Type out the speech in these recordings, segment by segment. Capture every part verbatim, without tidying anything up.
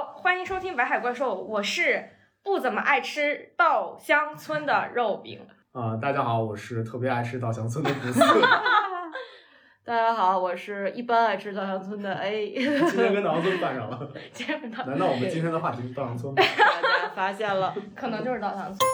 好，欢迎收听白海怪兽，我是不怎么爱吃稻香村的肉饼。 啊、呃，大家好，我是特别爱吃稻香村的不四。 大家好，我是一般爱吃稻香村的 A。 今天跟稻香村拌上了。 今天跟稻难道我们今天的话题是稻香村吗？ 大家发现了， 可能就是稻香村。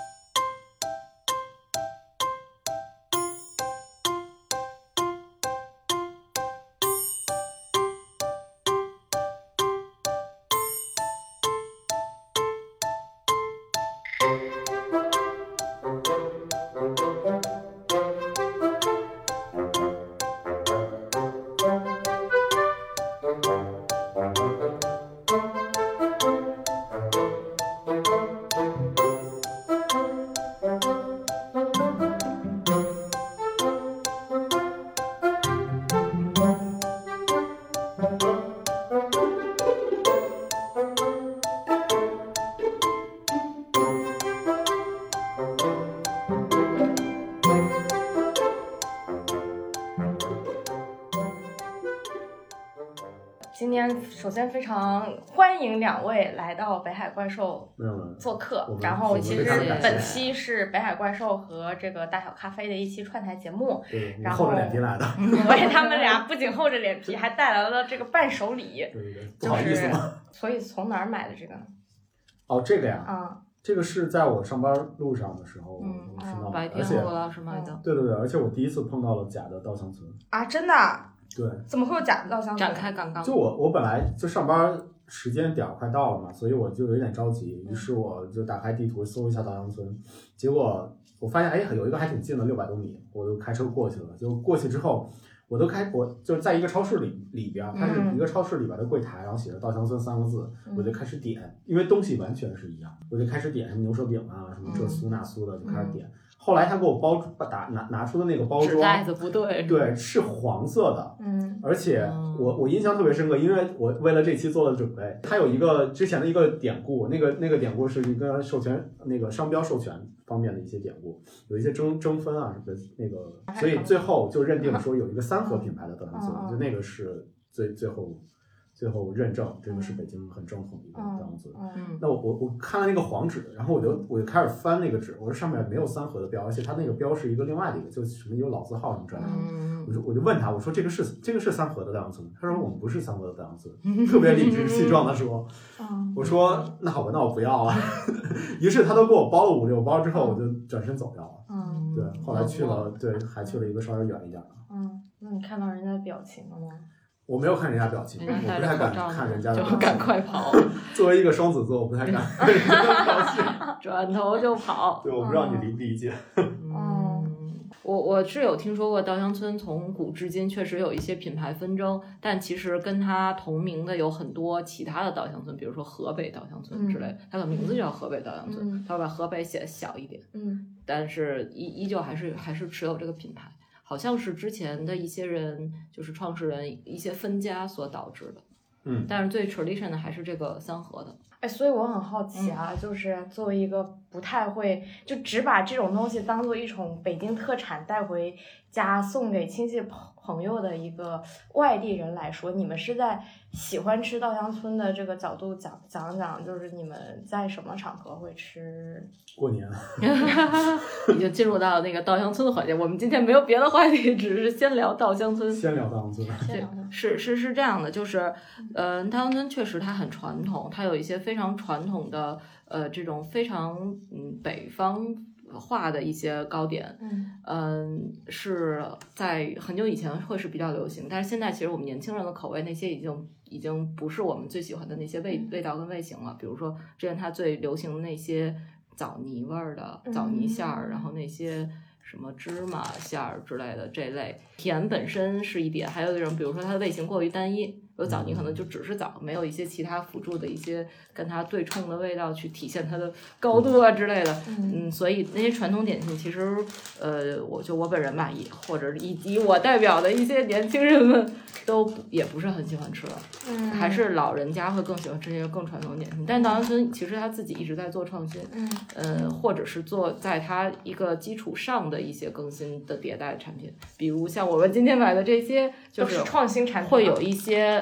今天首先非常欢迎两位来到北海怪兽做客，然后其实本期是北海怪兽和这个大小咖啡的一期串台节目， 对， 然后厚着脸皮来的， 为他们俩不仅厚着脸皮，还带来了这个伴手礼， 对对对，不好意思吗？ 所以从哪儿买的这个？ 哦，这个呀， 嗯， 这个是在我上班路上的时候嗯吃到的， 白天罗老师买的， 对对对，而且我第一次碰到了假的稻香村啊，真的？ 对， 怎么会有假的稻香村？ 展开刚刚， 就我我本来就上班时间点快到了嘛，所以我就有点着急，于是我就打开地图搜一下稻香村，结果我发现哎有一个还挺近的六百多米，我就开车过去了。就过去之后，我都开我就在一个超市里里边，它是一个超市里边的柜台，然后写着稻香村三个字，我就开始点，因为东西完全是一样，我就开始点什么牛舌饼啊，什么这酥那酥的，就开始点。后来他给我包打拿拿出的那个包装， 纸袋子不对， 对，是黄色的， 嗯， 而且我我印象特别深刻，因为我为了这期做了准备。它有一个之前的一个典故，那个那个典故是一个授权那个商标授权方面的一些典故，有一些争争分啊什么的那个，所以最后就认定说有一个三和品牌的稻香村，就那个是最最后。最后认证这个是北京很正统的一个稻香村。 嗯， 那我我我看了那个黄纸，然后我就我就开始翻那个纸，我说上面没有三和的标，而且它那个标是一个另外的一个，就什么有老字号什么之类的。 嗯， 我就我就问他，我说这个是这个是三和的稻香村？他说我们不是三和的稻香村，特别理直气壮的说。我说那好吧，那我不要了。于是他都给我包了五六包之后，我就转身走掉了。 嗯， 对，后来去了，对，还去了一个稍微远一点的。 嗯，那你看到人家的表情了吗？ 我没有看人家表情，我不太敢看人家的表情， 就赶快跑。 作为一个双子座，我不太敢看人家的表情， 转头就跑。 对，我不知道你理不理解。 嗯，我我是有听说过稻香村从古至今确实有一些品牌纷争，但其实跟它同名的有很多其他的稻香村，比如说河北稻香村之类，嗯、它的名字就叫河北稻香村，嗯、它会把河北写小一点， 嗯， 但是依依旧还是还是持有这个品牌。好像是之前的一些人，就是创始人一些分家所导致的， 嗯， 但是最 tradition 的还是这个三和的。 哎，所以我很好奇啊，嗯、就是作为一个不太会，就只把这种东西当做一种北京特产带回家送给亲戚朋友的一个外地人来说，你们是在喜欢吃稻香村的这个角度讲讲讲，就是你们在什么场合会吃？ 过年， 已经进入到那个稻香村的环节。我们今天没有别的话题，只是先聊稻香村。 先聊稻香村。 对，是是是这样的，就是，呃，稻香村确实它很传统，它有一些非常传统的，呃，这种非常嗯北方化的一些糕点， 嗯、 呃，是在很久以前会是比较流行，但是现在其实我们年轻人的口味那些已经已经不是我们最喜欢的那些味味道跟味型了。比如说之前它最流行的那些枣泥味儿的枣泥馅儿，嗯、然后那些什么芝麻馅儿之类的这类，甜本身是一点，还有一种比如说它的味型过于单一，有枣泥可能就只是枣，没有一些其他辅助的一些跟它对冲的味道去体现它的高度啊之类的。嗯，所以那些传统点心其实呃我就我本人吧，也或者以及我代表的一些年轻人们都也不是很喜欢吃了。嗯，还是老人家会更喜欢吃这些更传统的点心。但稻香村其实他自己一直在做创新，嗯，呃或者是做在它一个基础上的一些更新的迭代产品，比如像我们今天买的这些就是创新产品， 会有一些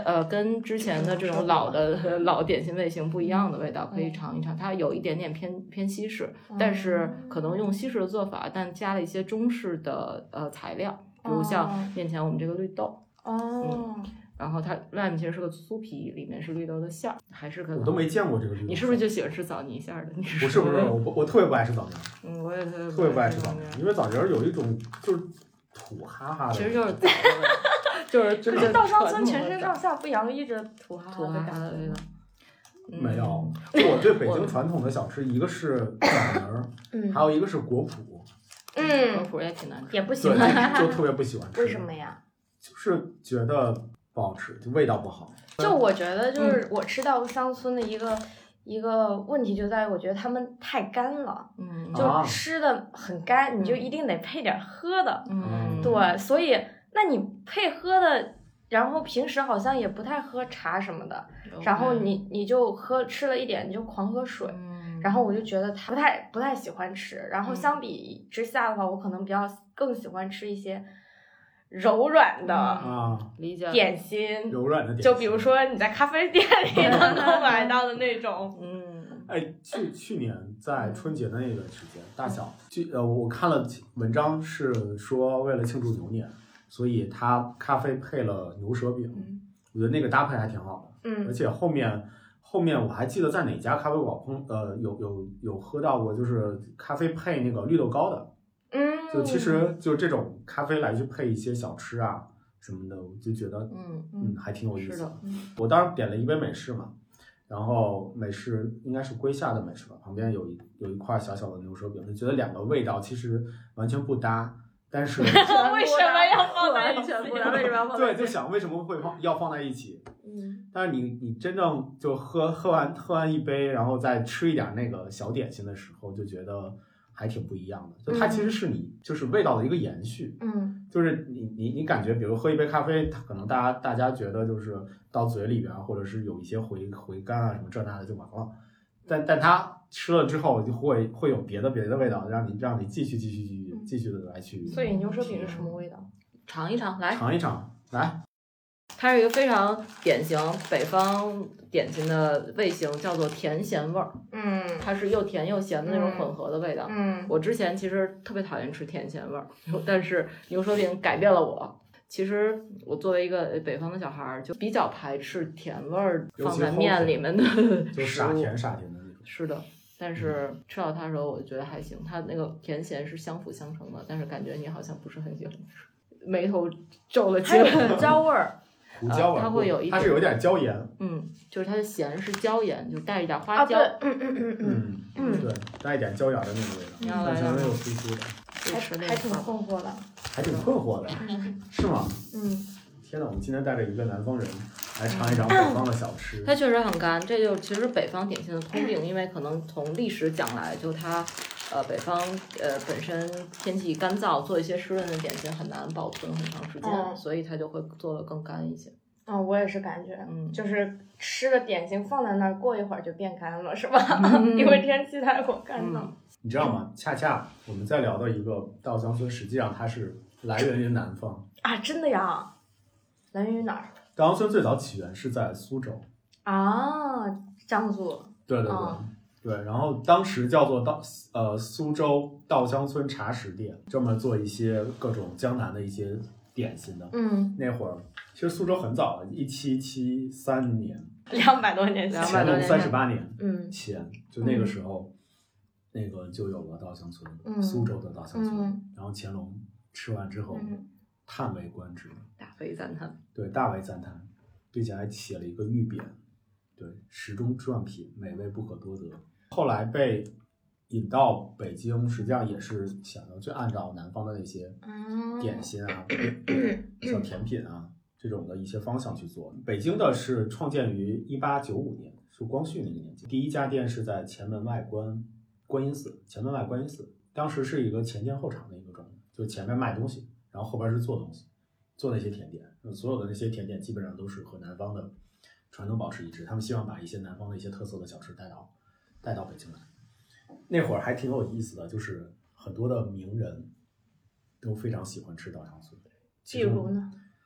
呃跟之前的这种老的老点心味型不一样的味道，可以尝一尝。它有一点点偏偏西式，但是可能用西式的做法，但加了一些中式的呃材料，比如像面前我们这个绿豆。 哦。 嗯，然后它外面其实是个酥皮，里面是绿豆的馅儿，还是个。 我都没见过这个绿豆。 你是不是就喜欢吃枣泥馅儿的？你是不是不是，我我特别不爱吃枣泥。 嗯，我也特别特别不爱吃枣泥，因为枣泥有一种就是土哈哈的。 其实就是枣，就是可是稻香村全身上下不洋溢着土哈土哈哈的味道。 没有，我对北京传统的小吃，一个是枣泥，还有一个是果脯。 嗯， 果脯也挺难吃， 也不喜欢， 就特别不喜欢吃。 为什么呀？ 就是觉得不好吃，就味道不好。 就我觉得，就是我吃稻香村的一个、嗯、一个问题就在于，我觉得他们太干了， 嗯， 就吃的很干，嗯、你就一定得配点喝的， 嗯， 对，所以那你配喝的，然后平时好像也不太喝茶什么的，嗯、然后你你就喝吃了一点，你就狂喝水。 嗯， 然后我就觉得他不太不太喜欢吃，然后相比之下的话，我可能比较更喜欢吃一些柔软的啊点心， 柔软的点心， 就比如说你在咖啡店里能够买到的那种。 嗯， 哎，去去年在春节的那段时间，大小就呃，我看了文章是说，为了庆祝牛年，所以他咖啡配了牛舌饼， 嗯、 我觉得那个搭配还挺好的。 嗯， 而且后面后面我还记得在哪家咖啡馆碰呃有有有喝到过，就是咖啡配那个绿豆糕的。 嗯， 就其实就这种咖啡来去配一些小吃啊什么的，我就觉得嗯嗯还挺有意思的。 嗯、我当时点了一杯美式嘛，然后美式应该是龟下的美式吧，旁边有一有一块小小的牛舌饼，就觉得两个味道其实完全不搭，但是为什么要放在一起？ 为什么要放在一起？ 对，就想为什么会放要放在一起？ 嗯， 但是你你真正就喝喝完喝完一杯，然后再吃一点那个小点心的时候，就觉得还挺不一样的，就它其实是你就是味道的一个延续， 嗯， 就是你你你感觉，比如喝一杯咖啡，它可能大家大家觉得就是到嘴里边，或者是有一些回回甘啊什么这那的就完了，但但它吃了之后就会会有别的别的味道，让你让你继续继续继续继续的来去。 所以牛舌饼是什么味道？ 尝一尝，来尝一尝，来。 它是一个非常典型北方点心的味型，叫做甜咸味儿。 嗯， 它是又甜又咸的那种混合的味道。 嗯， 我之前其实特别讨厌吃甜咸味儿，但是牛舌饼改变了我。其实我作为一个北方的小孩儿，就比较排斥甜味儿放在面里面的就傻甜傻甜的那种。 是的，但是吃到它的时候，我觉得还行。它那个甜咸是相辅相成的，但是感觉你好像不是很喜欢吃，眉头皱了起来。 还有胡椒味儿。 胡椒味、 呃，它会有一， 它是有点椒盐， 嗯，就是它的咸是椒盐，就带一点花椒， 啊、嗯嗯嗯嗯嗯，对，带一点椒盐的那个味道， 你要来了，有酥酥的， 还还挺困惑的， 还挺困惑的，是吗？ 嗯， 天哪，我们今天带着一个南方人来尝一尝北方的小吃， 它确实很干，这就其实北方点心的通病，因为可能从历史讲来，就它。呃，北方呃本身天气干燥，做一些湿润的点心很难保存很长时间， 嗯、 所以它就会做得更干一些。 嗯、哦，我也是感觉， 嗯， 就是吃的点心放在那儿，过一会儿就变干了，是吧？嗯、因为天气太过干燥、嗯。 你知道吗？恰恰我们在聊的一个稻香村，实际上它是来源于南方啊，真的呀？来源于哪儿？ 稻香村最早起源是在苏州啊，江苏。 对对对。哦对，然后当时叫做稻呃苏州稻香村茶食店，专门做一些各种江南的一些点心的。 嗯， 那会儿其实苏州很早了，一七七三年， 两百多年前， 两百多年三十八年， 嗯， 前就那个时候，嗯、那个就有了稻香村， 嗯、 苏州的稻香村。 嗯、 然后乾隆吃完之后， 嗯、 叹为观止， 大为赞叹。 对，大为赞叹，并且还写了一个御匾，对，时中馔品，美味不可多得。后来被引到北京，实际上也是想要去按照南方的那些点心啊、小甜品啊这种的一些方向去做。北京的是创建于一八九五年，是光绪那个年纪。第一家店是在前门外观观音寺，前门外观音寺，当时是一个前店后厂的一个状态，就前面卖东西，然后后边是做东西，做那些甜点。所有的那些甜点基本上都是和南方的传统保持一致，他们希望把一些南方的一些特色的小吃带到。带到北京来，那会儿还挺有意思的，就是很多的名人都非常喜欢吃稻香村。 比如呢？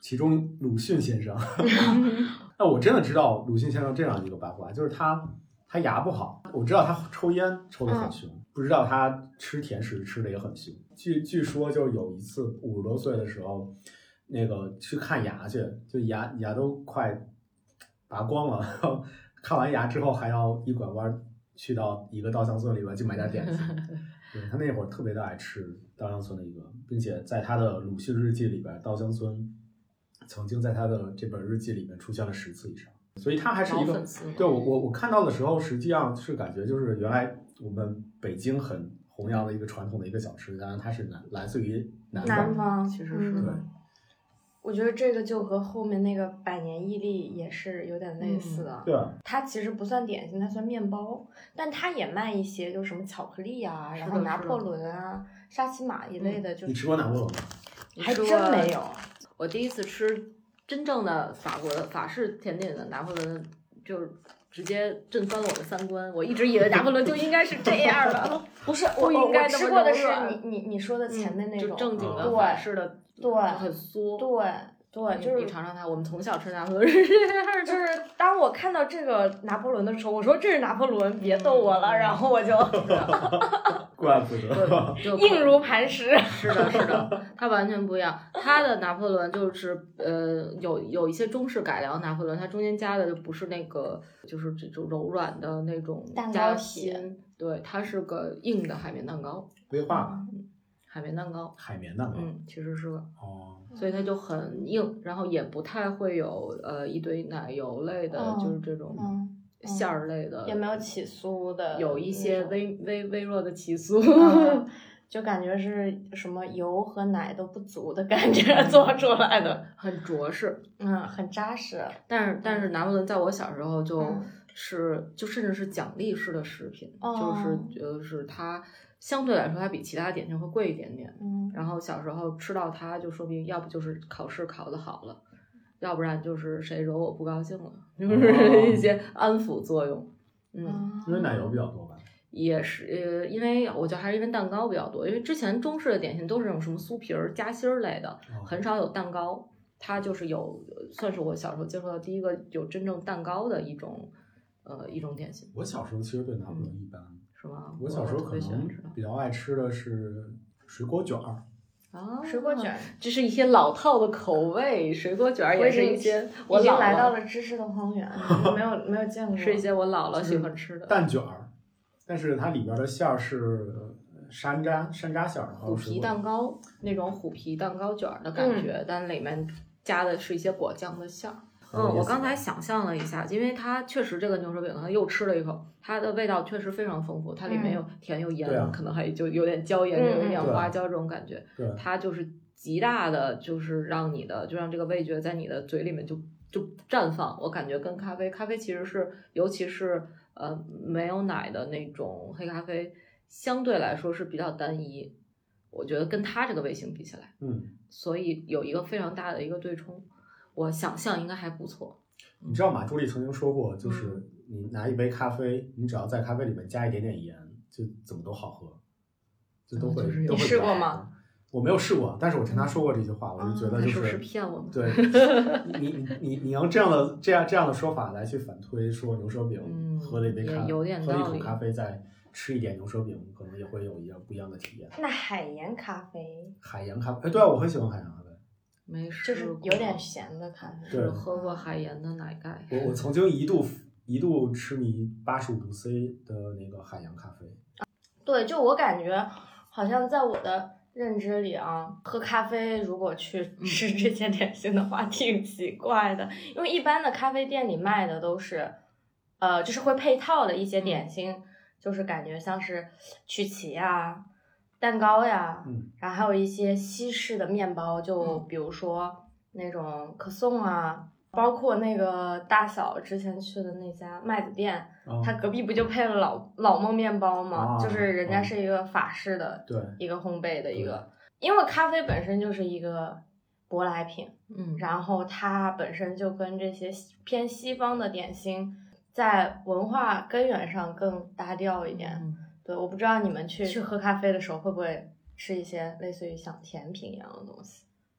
其中鲁迅先生，那我真的知道鲁迅先生这样一个八卦，就是他他牙不好，我知道他抽烟抽得很凶，嗯、不知道他吃甜食吃的也很凶。据据说就有一次五十多岁的时候，那个去看牙去，就牙牙都快拔光了，然后看完牙之后还要一拐弯去到一个稻香村里边去买点点心。对，他那会儿特别的爱吃稻香村的一个，并且在他的鲁迅日记里边，稻香村曾经在他的这本日记里面出现了十次以上，所以他还是一个对我我我看到的时候，实际上是感觉就是原来我们北京很弘扬的一个传统的一个小吃，当然它是来来自于南方， 南方其实是、 嗯、 对。 我觉得这个就和后面那个百年毅力也是有点类似的。 嗯、对、啊， 它其实不算点心，它算面包，但它也卖一些，就什么巧克力啊，然后拿破仑啊、沙琪玛一类的。就、 嗯、你吃过拿破仑吗？ 还真没有。 我第一次吃真正的法国的法式甜点的拿破仑，就是直接震翻了我的三观。我一直以为拿破仑就应该是这样的， 不是不应该我吃过的是你你你说的前面那种， 嗯、就正经的对法式的。 对， 很酥， 对对，就是你尝尝它。我们从小吃拿破仑是这样， 就是当我看到这个拿破仑的时候，我说这是拿破仑，别逗我了，然后我就， 怪不得， 硬如磐石。 是的，是的，它完全不一样。它的拿破仑就是呃，有有一些中式改良拿破仑，它中间加的就不是那个，就是这种柔软的那种夹心，对，它是个硬的海绵蛋糕， 威化。 海绵蛋糕， 海绵蛋糕， 嗯，其实是个哦， 所以它就很硬，然后也不太会有呃一堆奶油类的， 嗯、 就是这种馅儿类的， 嗯嗯、也没有起酥的， 有一些微微微弱的起酥， 嗯、就感觉是什么油和奶都不足的感觉做出来的， 很着实， 嗯，很扎实。 但是但是拿破仑在我小时候就。嗯是，就甚至是奖励式的食品， 哦、 就是就是它相对来说它比其他点心会贵一点点。 嗯， 然后小时候吃到它，就说明要不就是考试考得好了，要不然就是谁惹我不高兴了，就是一些安抚作用。嗯， 因为奶油比较多吧。 也是，呃，因为我觉得还是因为蛋糕比较多，因为之前中式的点心都是那种什么酥皮儿、夹心儿类的， 哦、 很少有蛋糕。它就是有，算是我小时候接触到第一个有真正蛋糕的一种。呃，一种点心。 我小时候其实对拿破仑一般， 嗯、是吗？ 我小时候可能比较爱吃的是水果卷儿。 啊， 水果卷， 这是一些老套的口味。水果卷也是一些我已经来到了知识的荒原，没有没有见过。 是一些我姥姥喜欢吃的蛋卷儿，但是它里边的馅儿是山楂山楂馅儿， 虎皮蛋糕那种虎皮蛋糕卷的感觉，嗯、但里面加的是一些果酱的馅儿。嗯，我刚才想象了一下，因为它确实这个牛舌饼，它又吃了一口，它的味道确实非常丰富，它里面有甜有盐， 嗯、 可能还就有点椒盐， 嗯、 有点花椒这种感觉。 对， 它就是极大的，就是让你的，就让这个味觉在你的嘴里面就就绽放。我感觉跟咖啡，咖啡其实是，尤其是呃没有奶的那种黑咖啡，相对来说是比较单一。我觉得跟它这个味型比起来， 嗯， 所以有一个非常大的一个对冲。我想象应该还不错。 你知道马助理曾经说过，就是你拿一杯咖啡，你只要在咖啡里面加一点点盐，就怎么都好喝，就都会。 嗯、 都会你试过吗？ 我没有试过，但是我听他说过这句话，我就觉得就是、 嗯、是骗我们。 对，你你你用这样的这样这样的说法来去反推说牛舌饼， 嗯、 喝了一杯咖， 有点喝一口咖啡再吃一点牛舌饼，可能也会有一样不一样的体验。 那海盐咖啡？ 海盐咖啡，哎，对啊，我很喜欢海盐咖啡。 没试过，就是有点咸的咖啡。 对， 喝过海盐的奶盖。 我我曾经一度一度痴迷八十五度 C 的那个海洋咖啡。 对，就我感觉，好像在我的认知里啊，喝咖啡如果去吃这些点心的话，挺奇怪的，因为一般的咖啡店里卖的都是，呃，就是会配套的一些点心，就是感觉像是曲奇啊。蛋糕呀， 嗯， 然后还有一些西式的面包，就比如说那种可颂啊，包括那个大嫂之前去的那家麦子店， 哦、 他隔壁不就配了老老梦面包吗？ 哦、 就是人家是一个法式的， 对， 一个烘焙的一个，因为咖啡本身就是一个舶来品， 嗯， 然后它本身就跟这些偏西方的点心在文化根源上更搭调一点。 嗯， 对，我不知道你们去去喝咖啡的时候会不会吃一些类似于像甜品一样的东西。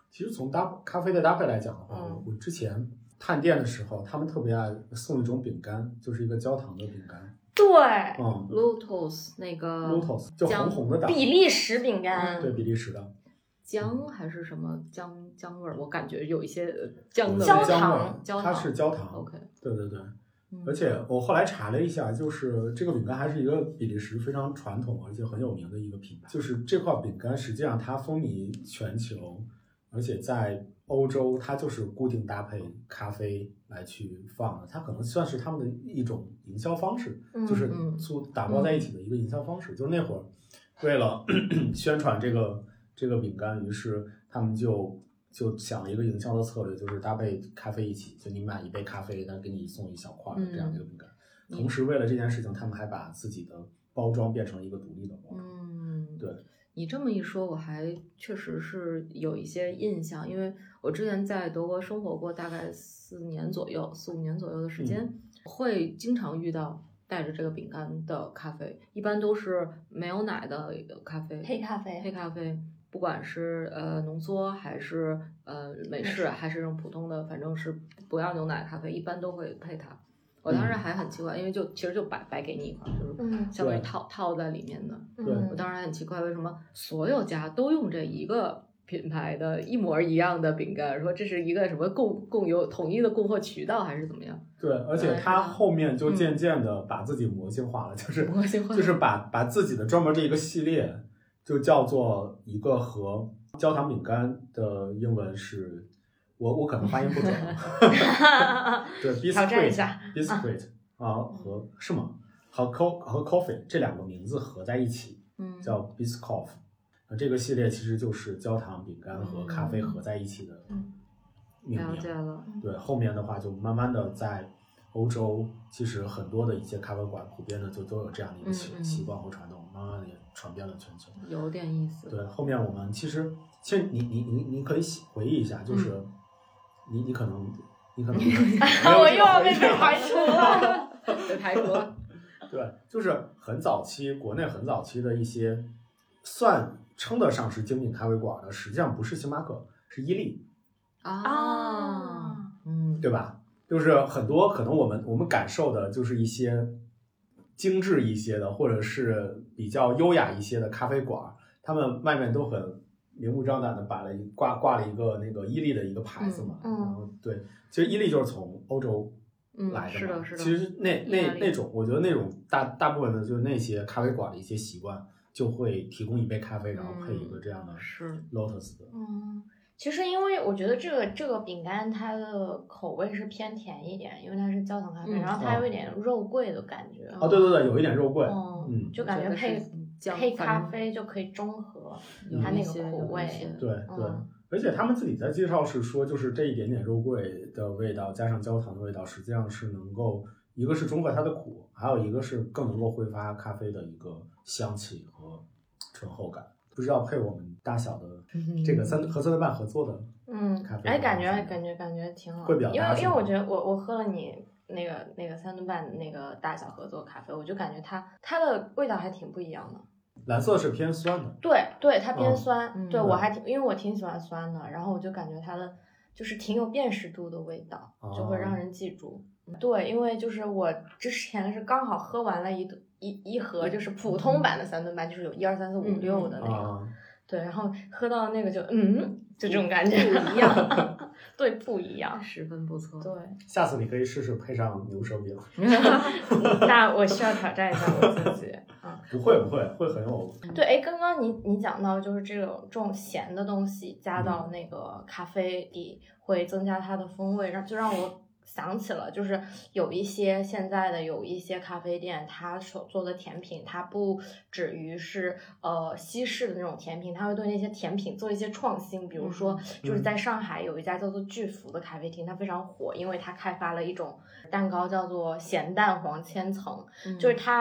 其实从搭咖啡的搭配来讲的话， 嗯、 我之前探店的时候，他们特别爱送一种饼干，就是一个焦糖的饼干。 对， 嗯 ，Lotus 那个 ，Lotus 就红红的档， 比利时饼干， 对，比利时的姜还是什么姜姜味儿，我感觉有一些姜的焦味糖， 焦糖， 它是焦糖。 OK， 对对对。 嗯、 而且我后来查了一下，就是这个饼干还是一个比利时非常传统而且很有名的一个品牌。就是这块饼干实际上它风靡全球，而且在欧洲它就是固定搭配咖啡来去放的，它可能算是他们的一种营销方式， 嗯、 就是粗打包在一起的一个营销方式。嗯、就是那会儿为了宣传这个这个饼干，于是他们就就想了一个营销的策略，就是搭配咖啡一起，就你买一杯咖啡，但给你送一小块的这样的一个饼干。嗯、同时，为了这件事情，他们还把自己的包装变成一个独立的包装。 嗯， 对。 你这么一说，我还确实是有一些印象，因为我之前在德国生活过大概四年左右，四五年左右的时间，嗯、会经常遇到带着这个饼干的咖啡，一般都是没有奶的咖啡， 黑咖啡， 黑咖啡。不管是呃浓缩还是呃美式还是这种普通的，反正是不要牛奶咖啡，一般都会配它。我当时还很奇怪，因为就其实就白白给你一块，就是相当于套套在里面的。 对， 我当时还很奇怪，为什么所有家都用这一个品牌的一模一样的饼干？说这是一个什么供供有统一的供货渠道，还是怎么样？ 对，而且它后面就渐渐的把自己模型化了，嗯、就是模型化， 就是把把自己的专门这一个系列。就叫做一个和焦糖饼干的英文是，我我可能发音不准，对 ，biscuit，biscuit 啊和是吗？和 co 和 coffee 这两个名字合在一起， 嗯， 叫 Biscoff。这个系列其实就是焦糖饼干和咖啡合在一起的命名。 了解了。 对，后面的话就慢慢的在欧洲，其实很多的一些咖啡馆普遍的就都有这样的一个习、 嗯嗯、 习惯和传统，慢慢的也传遍了全球。 有点意思。 对，后面我们其实，其实你你你你可以回忆一下，就是、嗯、你你可能你可能我又要被排除了， 被排除了。 对，就是很早期，国内很早期的一些算称得上是精品咖啡馆的，实际上不是星巴克，是伊利啊，嗯， 对吧？就是很多可能我们我们感受的就是一些精致一些的，或者是比较优雅一些的咖啡馆，他们外面都很明目张胆的摆了一挂挂了一个那个伊利的一个牌子嘛。 嗯， 然后对，其实伊利就是从欧洲来的嘛。 嗯、是的，是的。 其实那那那种，我觉得那种大大部分的就是那些咖啡馆的一些习惯，就会提供一杯咖啡，然后配一个这样的是 Lotus 的。 嗯。其实，因为我觉得这个这个饼干它的口味是偏甜一点，因为它是焦糖咖啡，嗯、然后它有一点肉桂的感觉。 哦，对对对，有一点肉桂。 嗯， 嗯就感觉配配咖啡就可以中和它那个口味。 对对、 嗯， 而且他们自己在介绍是说，就是这一点点肉桂的味道加上焦糖的味道，实际上是能够一个是中和它的苦，还有一个是更能够挥发咖啡的一个香气和醇厚感。不知道配我们大小的这个三和三德半合作的嗯咖啡， 哎，感觉感觉感觉挺好， 会表达， 因为因为我觉得我我喝了你那个那个三顿半那个大小合作咖啡，我就感觉它它的味道还挺不一样的。 蓝色是偏酸的， 对对，它偏酸， 嗯、 对我还挺因为我挺喜欢酸的，然后我就感觉它的就是挺有辨识度的味道， 哦、 就会让人记住。对，因为就是我之前是刚好喝完了一一一盒就是普通版的三顿半，就是有一二三四五六的那个， 嗯、 对，然后喝到那个就嗯，就这种感觉不一样， 对，不一样， 十分不错。 对， 下次你可以试试配上牛舌饼。 那我需要挑战一下我自己啊！ 不会不会，会很有。 对，哎，刚刚你你讲到就是这种这种咸的东西加到那个咖啡里，会增加它的风味，让就让我想起了，就是有一些现在的有一些咖啡店，它所做的甜品，它不止于是呃西式的那种甜品，它会对那些甜品做一些创新。比如说，就是在上海有一家叫做巨福的咖啡厅，它非常火，因为它开发了一种蛋糕叫做咸蛋黄千层， 嗯、 就是它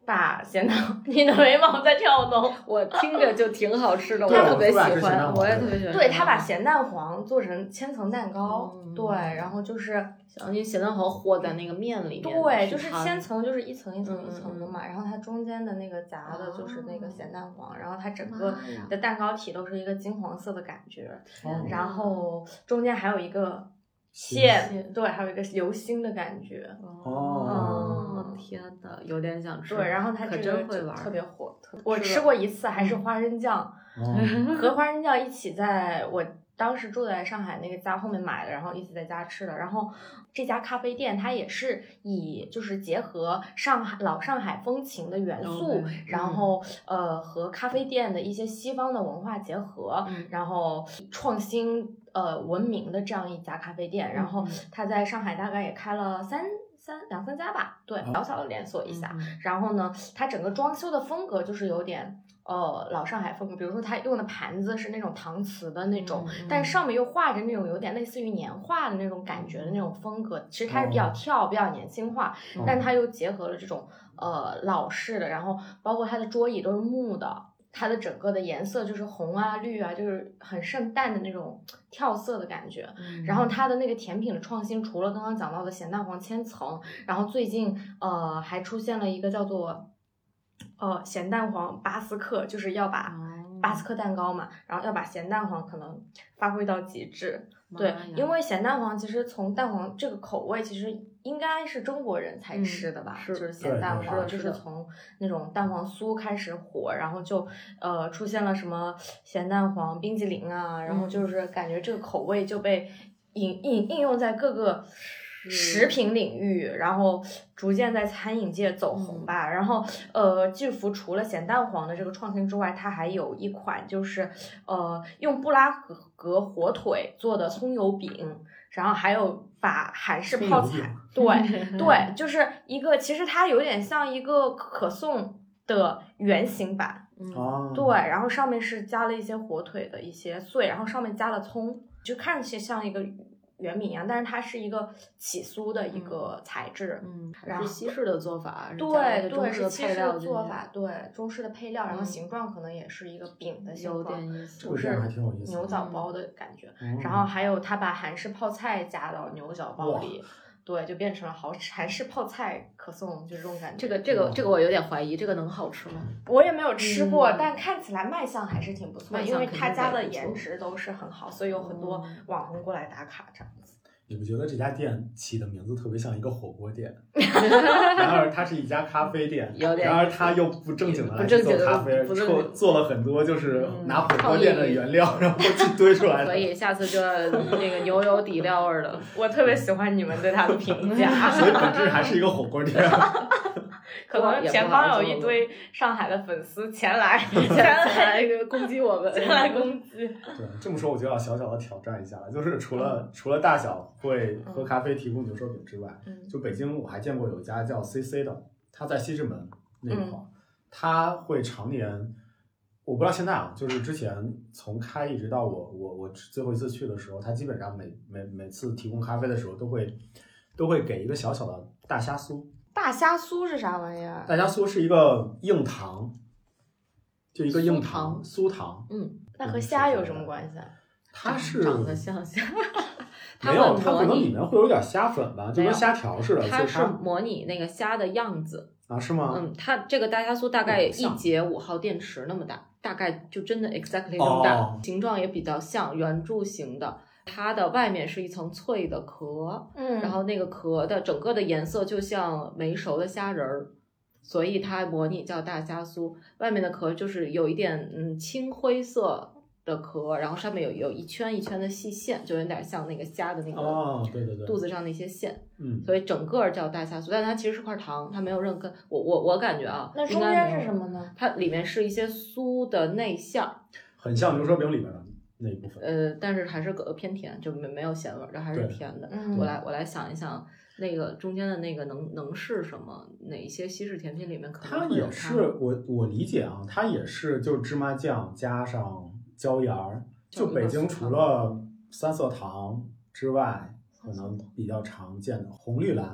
把咸蛋，你的眉毛在跳动， 我听着就挺好吃的，我对特别喜我特别爱吃咸蛋欢， 黄我也特别喜欢。 对他把咸蛋黄做成千层蛋糕， 嗯对，然后就是因为咸蛋黄和在那个面里面， 对，就是它千层，就是一层一层嗯一层的嘛，然后它中间的那个夹的就是那个咸蛋黄，然后它整个妈呀的蛋糕体都是一个金黄色的感觉， 哦然后中间还有一个心馅，对，还有一个流心的感觉， 哦，天哪，有点想吃。 对，然后它可这个就真会玩， 特别火，特我是的吃过一次，还是花生酱， 哦和花生酱一起在我当时住在上海那个家后面买的，然后一起在家吃的。然后这家咖啡店它也是以就是结合上海老上海风情的元素， OK， 然后呃和咖啡店的一些西方的文化结合， 嗯然后创新呃闻名的这样一家咖啡店。然后它在上海大概也开了三三两三家吧，对，小小的连锁一下。 嗯然后呢，它整个装修的风格就是有点呃老上海风格，比如说它用的盘子是那种搪瓷的那种， 嗯嗯但是上面又画着那种有点类似于年画的那种感觉的那种风格。其实它是比较跳、比较年轻化， 嗯但它又结合了这种呃老式的，然后包括它的桌椅都是木的。它的整个的颜色就是红啊、绿啊，就是很圣诞的那种跳色的感觉。 嗯然后它的那个甜品的创新，除了刚刚讲到的咸蛋黄千层，然后最近呃还出现了一个叫做呃咸蛋黄巴斯克，就是要把哦巴斯克蛋糕嘛，然后要把咸蛋黄可能发挥到极致。对妈呀， 因为咸蛋黄其实从蛋黄这个口味，其实应该是中国人才吃的吧， 嗯是就是咸蛋对黄，就是是的从那种蛋黄酥开始火，然后就呃出现了什么咸蛋黄冰淇淋啊，然后就是感觉这个口味就被应应应用在各个食品领域，然后逐渐在餐饮界走红吧。然后呃，巨福除了咸蛋黄的这个创新之外，它还有一款就是呃用布拉格火腿做的葱油饼，然后还有把韩式泡菜，对对，就是一个其实它有点像一个可颂的原型版。 哦， 对，然后上面是加了一些火腿的一些碎，然后上面加了葱，就看起来像一个圆饼一样，但是它是一个起酥的一个材质。 嗯，还然后是西式的做法，是加了对一个中对， 式的是西式的配料进去做法，对中式的配料，然后嗯形状可能也是一个饼的形有状， 点意思这个店还挺有意思的。 牛角包的感觉。 嗯然后还有他把韩式泡菜加到牛角包里，对，就变成了好韩式泡菜可颂，就这种感觉。 这个这个这个我有点怀疑，这个能好吃吗？ 我也没有吃过， 嗯但看起来卖相还是挺不错，因为卖相肯定他家的得不错颜值都是很好，所以有很多嗯网红过来打卡这样子。 你不觉得这家店起的名字特别像一个火锅店？然而它是一家咖啡店， 有点然而它又不正经的来不正经的做咖啡， 不正做经做了很多就是嗯拿火锅店的原料，然后去堆出来的。 所以下次就那个牛油底料味儿的。 我特别喜欢你们对他的评价， 所以本质还是一个火锅店。 可能前方有一堆上海的粉丝前来前来来攻击我们， 前来攻击。 对，这么说我就要小小的挑战一下了，就是除了除了大小会喝咖啡提供牛手饼之外， 嗯就北京我还见过有一家叫 C C 的，他在西直门那一块儿， 嗯他会常年，我不知道现在啊，就是之前从开一直到我我我最后一次去的时候，他基本上每每每次提供咖啡的时候都会都会给一个小小的大虾酥。 大虾酥是啥玩意儿？ 大虾酥是一个硬糖，就一个硬酥糖酥糖， 嗯， 那和虾有什么关系啊？ 它是长得像虾，它没有， 会它可能里模拟， 面会有点虾粉吧，就没有跟虾条似的。所它是以它模拟那个虾的样子。 啊，是吗？ 嗯，它这个大虾酥大概一嗯像节五号电池那么大，大概就真的 exactly 那么大， 哦形状也比较像圆柱形的。它的外面是一层脆的壳， 嗯， 然后那个壳的整个的颜色就像没熟的虾仁儿，所以它模拟叫大虾酥。外面的壳就是有一点嗯青灰色的壳，然后上面有有一圈一圈的细线，就有点像那个虾的那个哦，对对对， 肚子上那些线， 嗯， 所以整个叫大虾酥，但它其实是块糖，它没有任何我我我感觉啊， 那中间是什么呢？ 它里面是一些酥的内馅， 很像牛舌饼里面的那一部分。 呃，但是还是个偏甜，就没没有咸味儿，这还是对甜的。 嗯我来我来想一想，那个中间的那个能能是什么？哪一些西式甜品里面可它能会有也是我我理解啊，它也是就是芝麻酱加上椒盐儿。就北京除了三色糖之外，可能比较常见的红绿蓝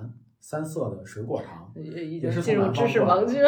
三色的水果糖， 已经进入知识盲区了。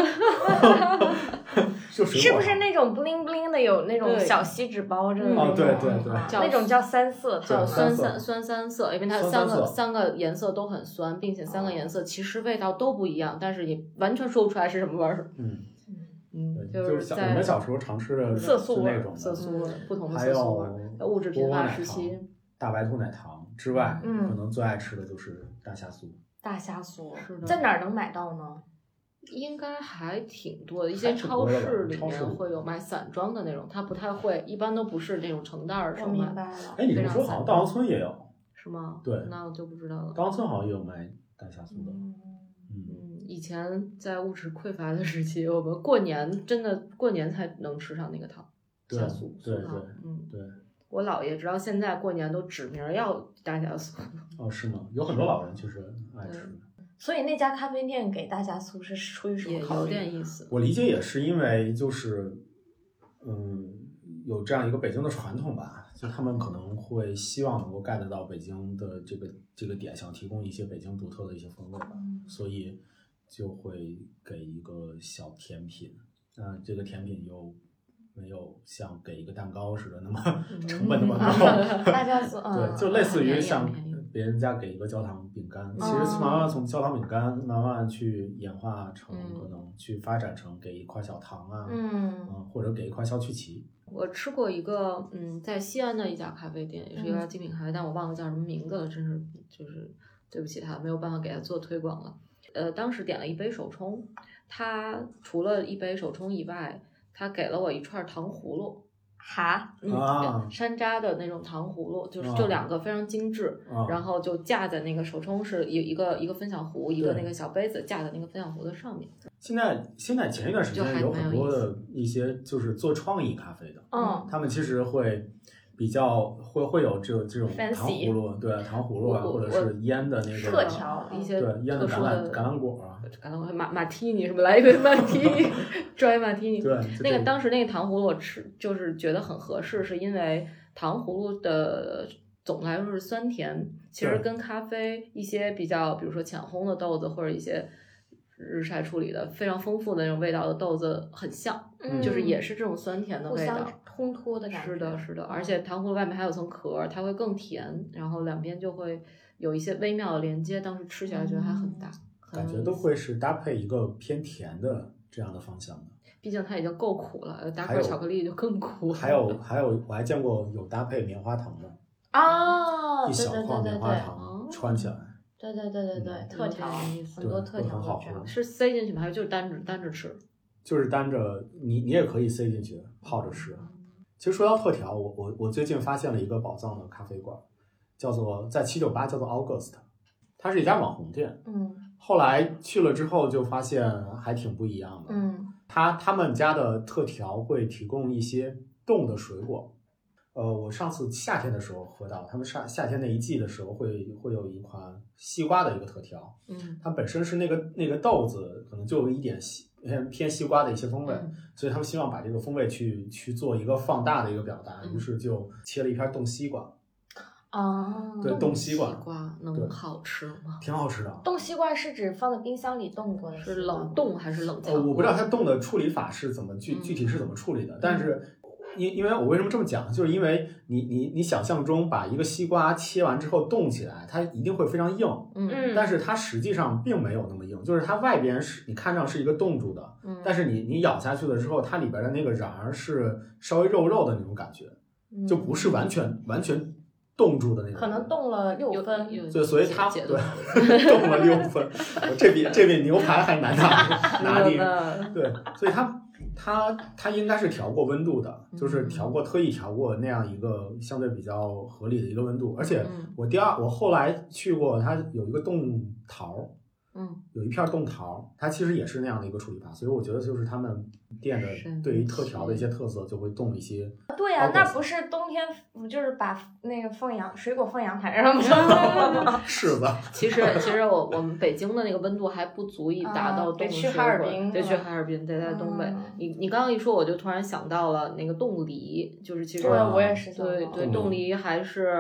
是不是那种 bling bling 的有那种小锡纸包着的那种？ 哦，对对对， 那种叫三色， 叫酸三酸三色，因为它三个三个颜色都很酸，并且三个颜色其实味道都不一样，但是也完全说不出来是什么味儿。 嗯嗯， 就是像我们小时候常吃的色素那种色素味，不同的还色素味， 有物质贫乏时期， 大白兔奶糖之外， 嗯， 可能最爱吃的就是大虾酥。 大虾酥是的， 在哪儿能买到呢？ 应该还挺多的，一些超市里面会有卖散装的那种，它不太会，一般都不是那种成袋儿售卖。 我明白了。 哎，你这么说好像稻香村也有， 是吗？ 对， 那我就不知道了。 稻香村好像也有卖大虾酥的。 嗯，以前在物质匮乏的时期，我们过年真的过年才能吃上那个糖虾酥。 对对， 嗯对。 我姥爷直到现在过年都指名要大虾酥。 哦，是吗？有很多老人确实爱吃。 所以那家咖啡店给大虾酥是出于什么考虑？ 也有点意思。 我理解也是因为就是，嗯，有这样一个北京的传统吧，就他们可能会希望能够 get 到北京的这个这个点，想提供一些北京独特的一些风味吧， 嗯、 所以就会给一个小甜品。那这个甜品又没有像给一个蛋糕似的那么成本那么高， 大虾酥， 对，就类似于像别人家给一个焦糖饼干， 嗯、 其实慢慢从焦糖饼干慢慢去演化成， 嗯、 可能去发展成给一块小糖啊， 嗯， 嗯或者给一块小曲奇。 我吃过一个，嗯，在西安的一家咖啡店，也是一家精品咖啡，但我忘了叫什么名字了，真是就是对不起他，没有办法给他做推广了。呃，当时点了一杯手冲，他除了一杯手冲以外，他给了我一串糖葫芦。 哈， 嗯， 啊、 山楂的那种糖葫芦，就是就两个非常精致， 啊、 然后就架在那个手冲是一一个一个分享壶，一个那个小杯子架在那个分享壶的上面。 现在现在前一段时间有很多的一些就是做创意咖啡的， 嗯， 他们其实会比较会会有这种这种糖葫芦，对糖葫芦啊，或者是腌的那个特调一些对腌的橄榄橄榄果啊， 橄榄马马提尼什么来一杯马提尼，dry 马提尼。 对， 那个当时那个糖葫芦我吃就是觉得很合适，是因为糖葫芦的总的来说是酸甜，其实跟咖啡一些比较，比如说浅烘的豆子或者一些日晒处理的非常丰富的那种味道的豆子很像， 嗯、 就是也是这种酸甜的味道， 烘托的感觉。 是的，是的，而且糖葫芦外面还有层壳，它会更甜，然后两边就会有一些微妙的连接，当时吃起来觉得还很搭， 嗯、感觉都会是搭配一个偏甜的这样的方向的。 毕竟它已经够苦了，搭配巧克力就更苦。 还有还有，我还见过有搭配棉花糖的啊， 一小块棉花糖穿起来。 对对对对对，特调很多特调都这样。 是塞进去吗？还是就是单着单着吃？ 就是单着，你你也可以塞进去泡着吃。其实说到特调，我我我最近发现了一个宝藏的咖啡馆，叫做在七九八叫做 August， 它是一家网红店。 嗯。 后来去了之后就发现还挺不一样的。 嗯。 他他们家的特调会提供一些冻的水果。呃，我上次夏天的时候喝到，他们夏夏天那一季的时候会会有一款西瓜的一个特调， 嗯， 它本身是那个那个豆子可能就有一点西偏偏西瓜的一些风味， 嗯、 所以他们希望把这个风味去去做一个放大的一个表达， 嗯、 于是就切了一片冻西瓜。 哦， 对，冻西瓜， 西瓜能好吃吗？ 挺好吃的。 冻西瓜是指放在冰箱里冻过的， 是冷冻还是冷藏？ 呃，我不知道它冻的处理法是怎么具具体是怎么处理的，嗯、但是。因因为我为什么这么讲，就是因为你你你想象中把一个西瓜切完之后冻起来，它一定会非常硬， 嗯， 但是它实际上并没有那么硬，就是它外边是你看上是一个冻住的， 嗯， 但是你你咬下去了之后，它里边的那个瓤儿是稍微肉肉的那种感觉， 嗯、 就不是完全完全冻住的那种， 可能冻了六分， 对，所以它对冻了六分，我这比这比牛排还难拿拿捏，对，所以它。它它应该是调过温度的，就是调过特意调过那样一个相对比较合理的一个温度，而且我第二我后来去过，它有一个冻桃， 嗯， 有一片冻桃，它其实也是那样的一个处理法，所以我觉得就是他们店的对于特调的一些特色就会冻一些。 对呀、啊，那不是冬天就是把那个放阳水果放阳台上吗？ 柿子。 其实其实我我们北京的那个温度还不足以达到冻水果， 得去哈尔滨， 得去哈尔滨，得在东北。 嗯、 你你刚刚一说，我就突然想到了那个冻梨，就是其实对我也是对对冻梨还是。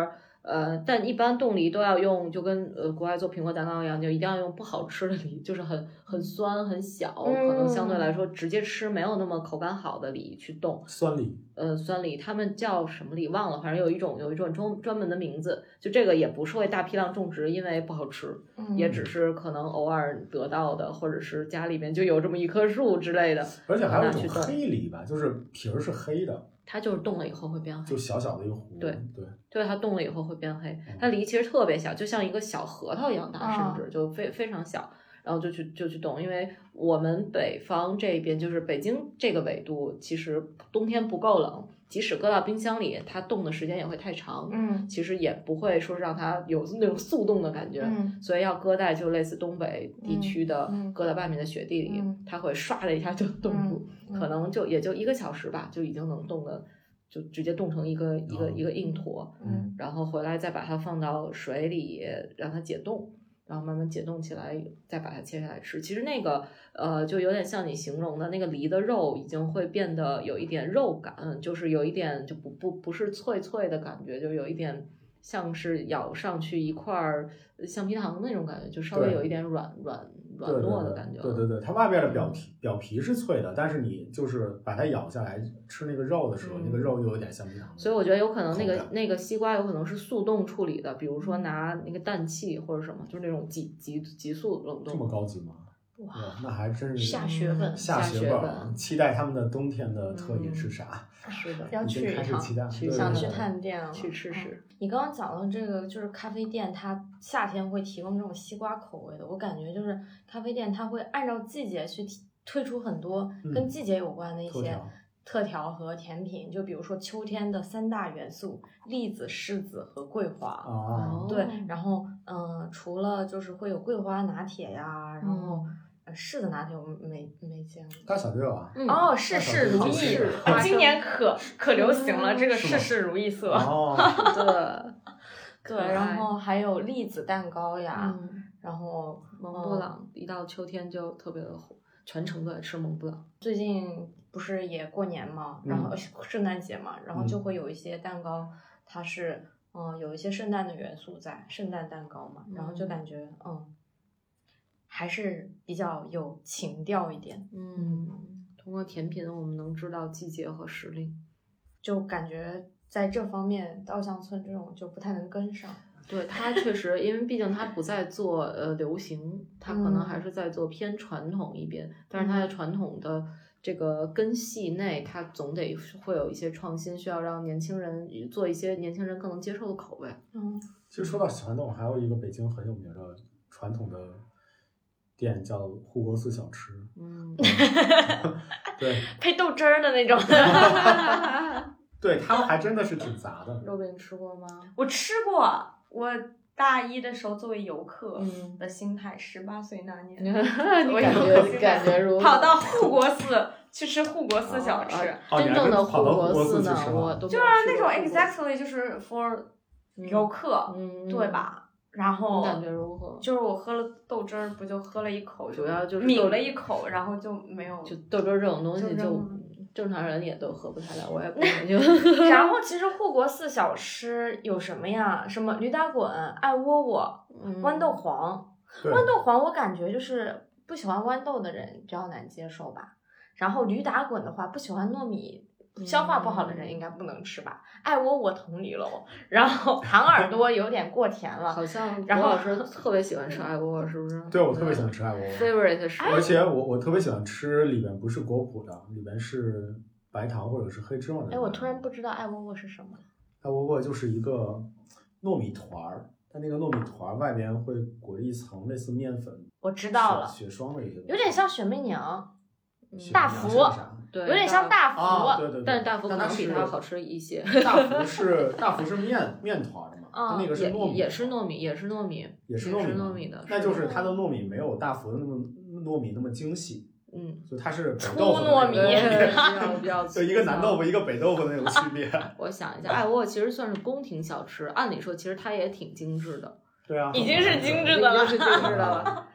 呃，但一般冻梨都要用，就跟呃国外做苹果蛋糕一样，就一定要用不好吃的梨，就是很很酸很小， 嗯、 可能相对来说直接吃没有那么口感好的梨去冻。 酸梨， 呃，酸梨，他们叫什么梨忘了，反正有一种有一种专专门的名字。就这个也不是会大批量种植，因为不好吃， 嗯、 也只是可能偶尔得到的，或者是家里面就有这么一棵树之类的。 而且还有一种黑梨吧，就是皮儿是黑的。 它就是冻了以后会变黑， 就小小的一个糊。 对对对，它冻了以后会变黑。它梨其实特别小，就像一个小核桃一样大， 嗯、 甚至就非非常小。然后就去就去冻，因为我们北方这边就是北京这个纬度，其实冬天不够冷，即使搁到冰箱里，它冻的时间也会太长。 嗯， 其实也不会说是让它有那种速冻的感觉。 嗯， 所以要搁在就类似东北地区的， 嗯、 搁在外面的雪地里， 嗯、 它会唰的一下就冻住， 嗯、 可能就也就一个小时吧，就已经能冻的。就直接冻成一个一个、 嗯、 一个硬坨， 嗯， 然后回来再把它放到水里让它解冻，然后慢慢解冻起来，再把它切下来吃。其实那个呃，就有点像你形容的那个梨的肉，已经会变得有一点肉感，就是有一点就不不不是脆脆的感觉，就有一点像是咬上去一块橡皮糖的那种感觉，就稍微有一点软软软糯的感觉。 对对对，它外面的表皮、嗯、表皮是脆的，但是你就是把它咬下来吃那个肉的时候，嗯、那个肉又有点橡皮糖。 所以我觉得有可能那个那个西瓜有可能是速冻处理的，比如说拿那个氮气或者什么，就是那种急急急速冷冻。 这么高级吗？ 哇， 那还真是下学本， 下学本。期待他们的冬天的特饮是啥？ 嗯、是的， 要去一趟， 去想去探店了， 去吃吃。 嗯、你刚刚讲的这个，就是咖啡店，它夏天会提供这种西瓜口味的。我感觉就是咖啡店，它会按照季节去推出很多跟季节有关的一些特调和甜品。嗯、就比如说秋天的三大元素：栗子、柿子和桂花。 哦， 对，然后嗯、呃，除了就是会有桂花拿铁呀，然后。嗯柿子拿铁我没没见过， 大小就有啊。 哦，事事如意，今年可可流行了这个事事如意色。 哦， 对，对，然后还有栗子蛋糕呀， 嗯、 然后蒙布朗，一到秋天就特别的火，全城都在吃蒙布朗。 最近不是也过年嘛，然后圣诞节嘛，然后就会有一些蛋糕，它是嗯有一些圣诞的元素在，圣诞蛋糕嘛，然后就感觉嗯。还是比较有情调一点， 嗯，通过甜品我们能知道季节和时令， 就感觉在这方面稻香村这种就不太能跟上。 对，它确实，因为毕竟它不在做呃流行，它可能还是在做偏传统一边，嗯、但是它的传统的这个根系内，它总得会有一些创新，需要让年轻人做一些年轻人更能接受的口味。 嗯， 其实说到传统，还有一个北京很有名的传统的店叫护国寺小吃， 嗯， 对， 配豆汁儿的那种， 对，他们还真的是挺杂的。 肉饼吃过吗？ 我吃过，我大一的时候作为游客的心态，十八、嗯、岁那年， 你感觉感觉如跑到护国寺去吃护国寺小吃， 哦、 真正的护国寺呢， 哦、 我都就是那种 exactly 就是 for 游客， 嗯、 对吧？然后感觉如何？ 就是我喝了豆汁儿，不就喝了一口， 主要就是抿了一口，然后就没有。 就豆汁儿这种东西，就正常人也都喝不太了，我也不就。 然后其实护国寺小吃有什么呀？什么驴打滚、爱窝窝、 嗯、 豌豆黄。豌豆黄我感觉就是不喜欢豌豆的人比较难接受吧。然后驴打滚的话，不喜欢糯米。消化不好的人应该不能吃吧？爱窝我同理喽。然后糖耳朵有点过甜了， 好像然后老师特别喜欢吃爱窝，是不是？ 对，我特别喜欢吃爱窝。 favorite 是， 而且我我特别喜欢吃里面不是果脯的，里面是白糖或者是黑芝麻的。 哎，我突然不知道爱窝窝是什么。 爱窝窝就是一个糯米团儿，它那个糯米团外边会裹一层类似面粉， 我知道了， 雪霜的一个， 有点像雪媚娘。 大福， 对， 有点像大福， 啊、对对对， 但是大福可能比它好吃一些。 大福是大福是面面团嘛，它那个是糯米， 也是糯米，也是糯米， 也是糯米的， 那就是它的糯米没有大福的那么糯米那么精细， 嗯， 所以它是粗豆腐糯米， 比较就一个南豆腐一个北豆腐那种区别。 我想一下，爱窝其实算是宫廷小吃，按理说其实它也挺精致的。 对啊， 已经是精致的了， 已经是精致的了。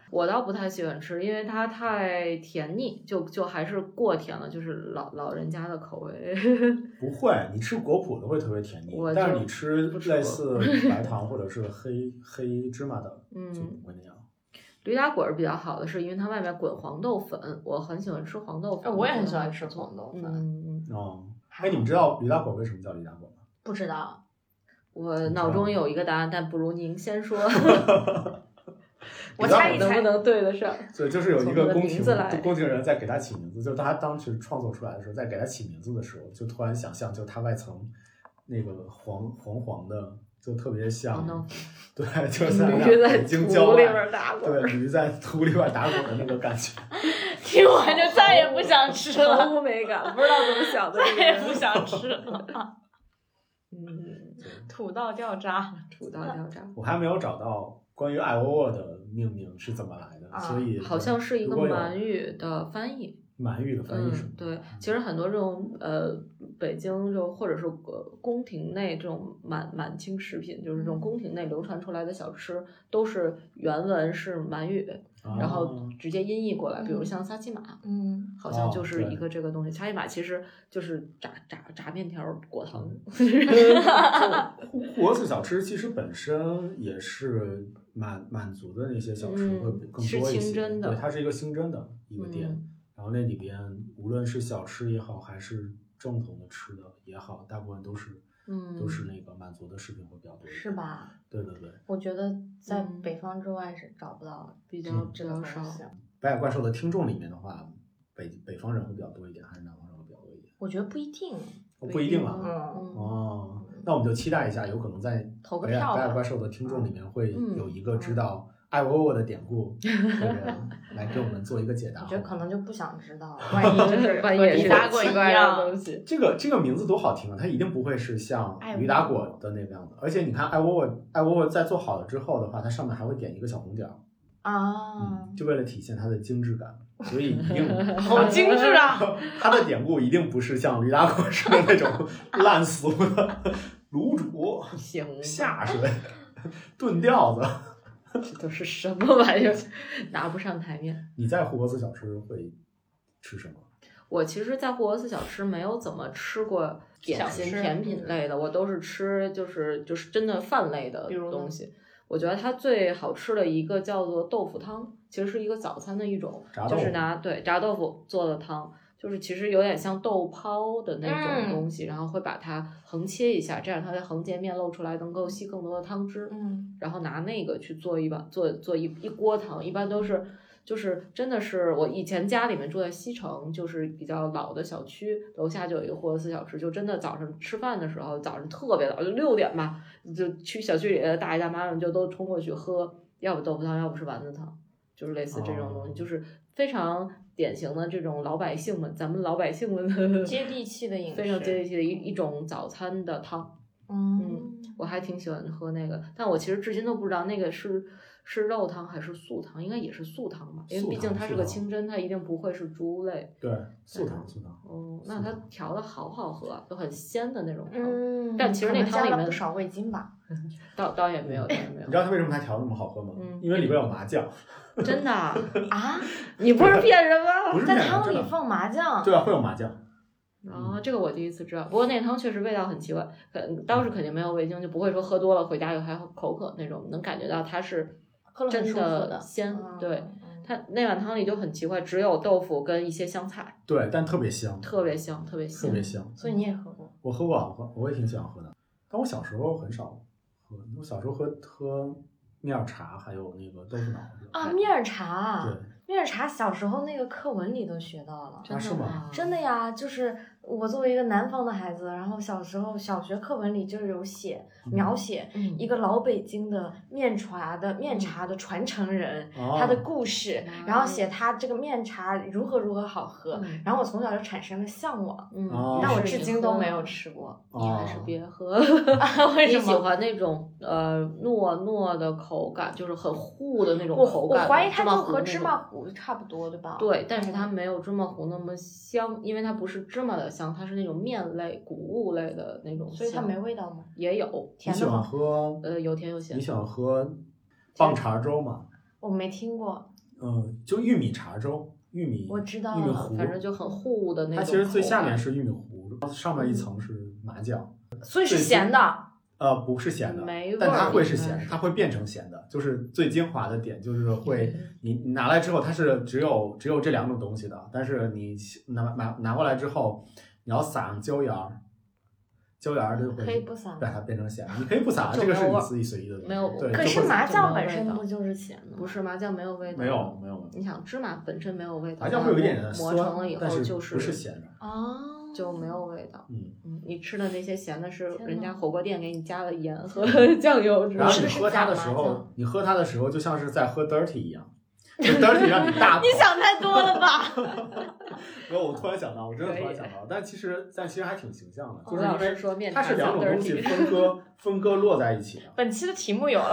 我倒不太喜欢吃，因为它太甜腻，就就还是过甜了，就是老老人家的口味。 不会，你吃果脯的会特别甜腻， 我但是就你吃不吃类似白糖或者是黑黑芝麻的， 嗯就不会那样。 驴打滚儿比较好的是，因为它外面滚黄豆粉，我很喜欢吃黄豆粉。 我也很喜欢吃黄豆粉。 嗯嗯。 哦，哎，你们知道驴打滚为什么叫驴打滚吗？ 不知道。 我脑中有一个答案，但不如您先说。 我猜一猜能不能对得上？ 对，就是有一个宫廷从他的名字来宫廷人在给他起名字，就是他当时创作出来的时候，在给他起名字的时候，就突然想象，就他外层那个黄黄黄的，就特别像， 哦对，就像驴在北京土郊外里边打滚， 对，驴在土里边打滚的那个感觉。 听完就再也不想吃了， 毫无美感，不知道怎么想的， 再也不想吃了。 嗯， 土到掉渣， 土到掉渣。 我还没有找到关于爱窝窝的命名是怎么来的， 啊、 所以好像是一个满语的翻译。 满语的翻译是吗？ 嗯，对，其实很多这种呃，北京就或者是呃宫廷内这种满满清食品，就是这种宫廷内流传出来的小吃，都是原文是满语， 啊、 然后直接音译过来，比如像萨琪玛， 嗯， 好像就是一个这个东西。萨琪玛其实就是炸炸炸面条裹糖。 护国寺小吃其实本身也是满满族的那些小吃会更多一些， 嗯、是清真的， 对，它是一个清真的一个店。 嗯然后那里边无论是小吃也好，还是正统的吃的也好，大部分都是， 嗯， 都是那个满族的食品会比较多一点， 是吧？ 对对对。 我觉得在北方之外是找不到比较这个少。 白眼怪兽的听众里面的话，北北方人会比较多一点，还是南方人会比较多一点？ 我觉得不一定， 哦、不一定啊。 嗯哦，那我们就期待一下，有可能在白眼白眼怪兽的听众里面会有一个知道爱窝窝的典故的人来给我们做一个解答。 我觉得可能就不想知道，万一就是万一也是驴打滚一样东西。 这个这个名字多好听啊！它一定不会是像驴打滚的那个样子。而且你看爱窝窝，爱窝窝在做好了之后的话，它上面还会点一个小红点儿啊、 嗯，就为了体现它的精致感，所以一定好精致啊！ 它的典故一定不是像驴打滚似的那种烂俗的卤煮、 行下水、炖吊子。 这都是什么玩意儿？拿不上台面。 你在护国寺小吃会吃什么？ 我其实，在护国寺小吃没有怎么吃过点心甜品类的，我都是吃就是就是真的饭类的东西。我觉得它最好吃的一个叫做豆腐汤，其实是一个早餐的一种，就是拿对炸豆腐做的汤。就是其实有点像豆泡的那种东西，嗯、然后会把它横切一下，这样它在横截面露出来，能够吸更多的汤汁。 嗯， 然后拿那个去做一碗，做做一一锅汤，一般都是就是真的是我以前家里面住在西城，就是比较老的小区，楼下就有一个护国寺小吃，就真的早上吃饭的时候，早上特别早，就六点吧，就去小区里的大爷大妈们就都冲过去喝，要不豆腐汤，要不是丸子汤，就是类似这种东西，哦、就是非常。典型的这种老百姓们，咱们老百姓们的接地气的饮食， 非常接地气的一一种早餐的汤。 嗯, 嗯，我还挺喜欢喝那个，但我其实至今都不知道那个是是肉汤还是素汤，应该也是素汤吧，因为毕竟它是个清真，它一定不会是猪类。 对，素汤素汤。 哦，那它调的好好喝，就很鲜的那种汤。 嗯， 但其实那汤里面不少味精吧？ 倒倒也没有，倒也没有。 你知道它为什么它调的那么好喝吗？ 嗯， 因为里边有麻酱。 真的啊？ 啊？ 你不是骗人吗？ 不是在汤里放麻酱？ 对啊，会有麻酱。 哦，这个我第一次知道。不过那汤确实味道很奇怪，当时肯定没有味精，就不会说喝多了回家又还口渴那种，能感觉到它是真的鲜。对，它那碗汤里就很奇怪，只有豆腐跟一些香菜。 对，但特别香， 特别香，特别香， 特别香。 所以你也喝过？ 我喝过，我喝，我也挺喜欢喝的。但我小时候很少喝，我小时候喝喝面儿茶，还有那个豆腐脑。 啊，面儿茶。 对。 面儿茶小时候那个课文里都学到了， 真的吗？ 真的呀，就是我作为一个南方的孩子，然后小时候小学课文里就有写、 嗯、 描写一个老北京的面茶的、嗯、面茶的传承人、 哦、 他的故事， 嗯、 然后写他这个面茶如何如何好喝， 嗯、 然后我从小就产生了向往， 嗯， 但我至今都没有吃过。 你还是别喝， 哦、为什么？ 你喜欢那种呃糯糯的口感，就是很糊的那种口感。 我怀疑它就和芝麻糊差不多，对吧？ 对，但是它没有芝麻糊那么香，因为它不是芝麻的香，它是那种面类、谷物类的那种香。 所以它没味道吗？ 也有。 你喜欢喝？ 呃，有甜有咸。 你喜欢喝棒碴粥吗？ 我没听过。 嗯，就玉米茶粥，玉米我知道玉米糊， 反正就很糊的那种。 它其实最下面是玉米糊，上面一层是麻酱， 所以是咸的。 呃，不是咸的， 没味但它会是应该咸，它会变成咸的，就是最精华的点，就是会你你拿来之后，它是只有只有这两种东西的，但是你拿拿拿过来之后，你要撒上椒盐儿，椒盐儿就会可以不撒吗把它变成咸，你可以不撒， 就这个是没有味儿你自己随意的东西， 没有对， 可就是会麻酱本就没有味道身不就是咸的吗？ 不是麻酱没有味道， 没有没有， 你想芝麻本身没有味道， 麻酱会有一点点的磨酸， 成了以后但是就是不是咸的， 哦， 就没有味道。 嗯。 嗯，你吃的那些咸的是天呐人家火锅店给你加了盐和酱油之类的。 然后你是喝它的时候假麻酱， 你喝它的时候就像是在喝 dirty 一样，就 dirty 让你大口。 你想太多了吧？ 没有，我突然想到，我真的突然想到，但其实但其实还挺形象的，就是因为说面它是两种东西分割分割落在一起的。 本期的题目有了。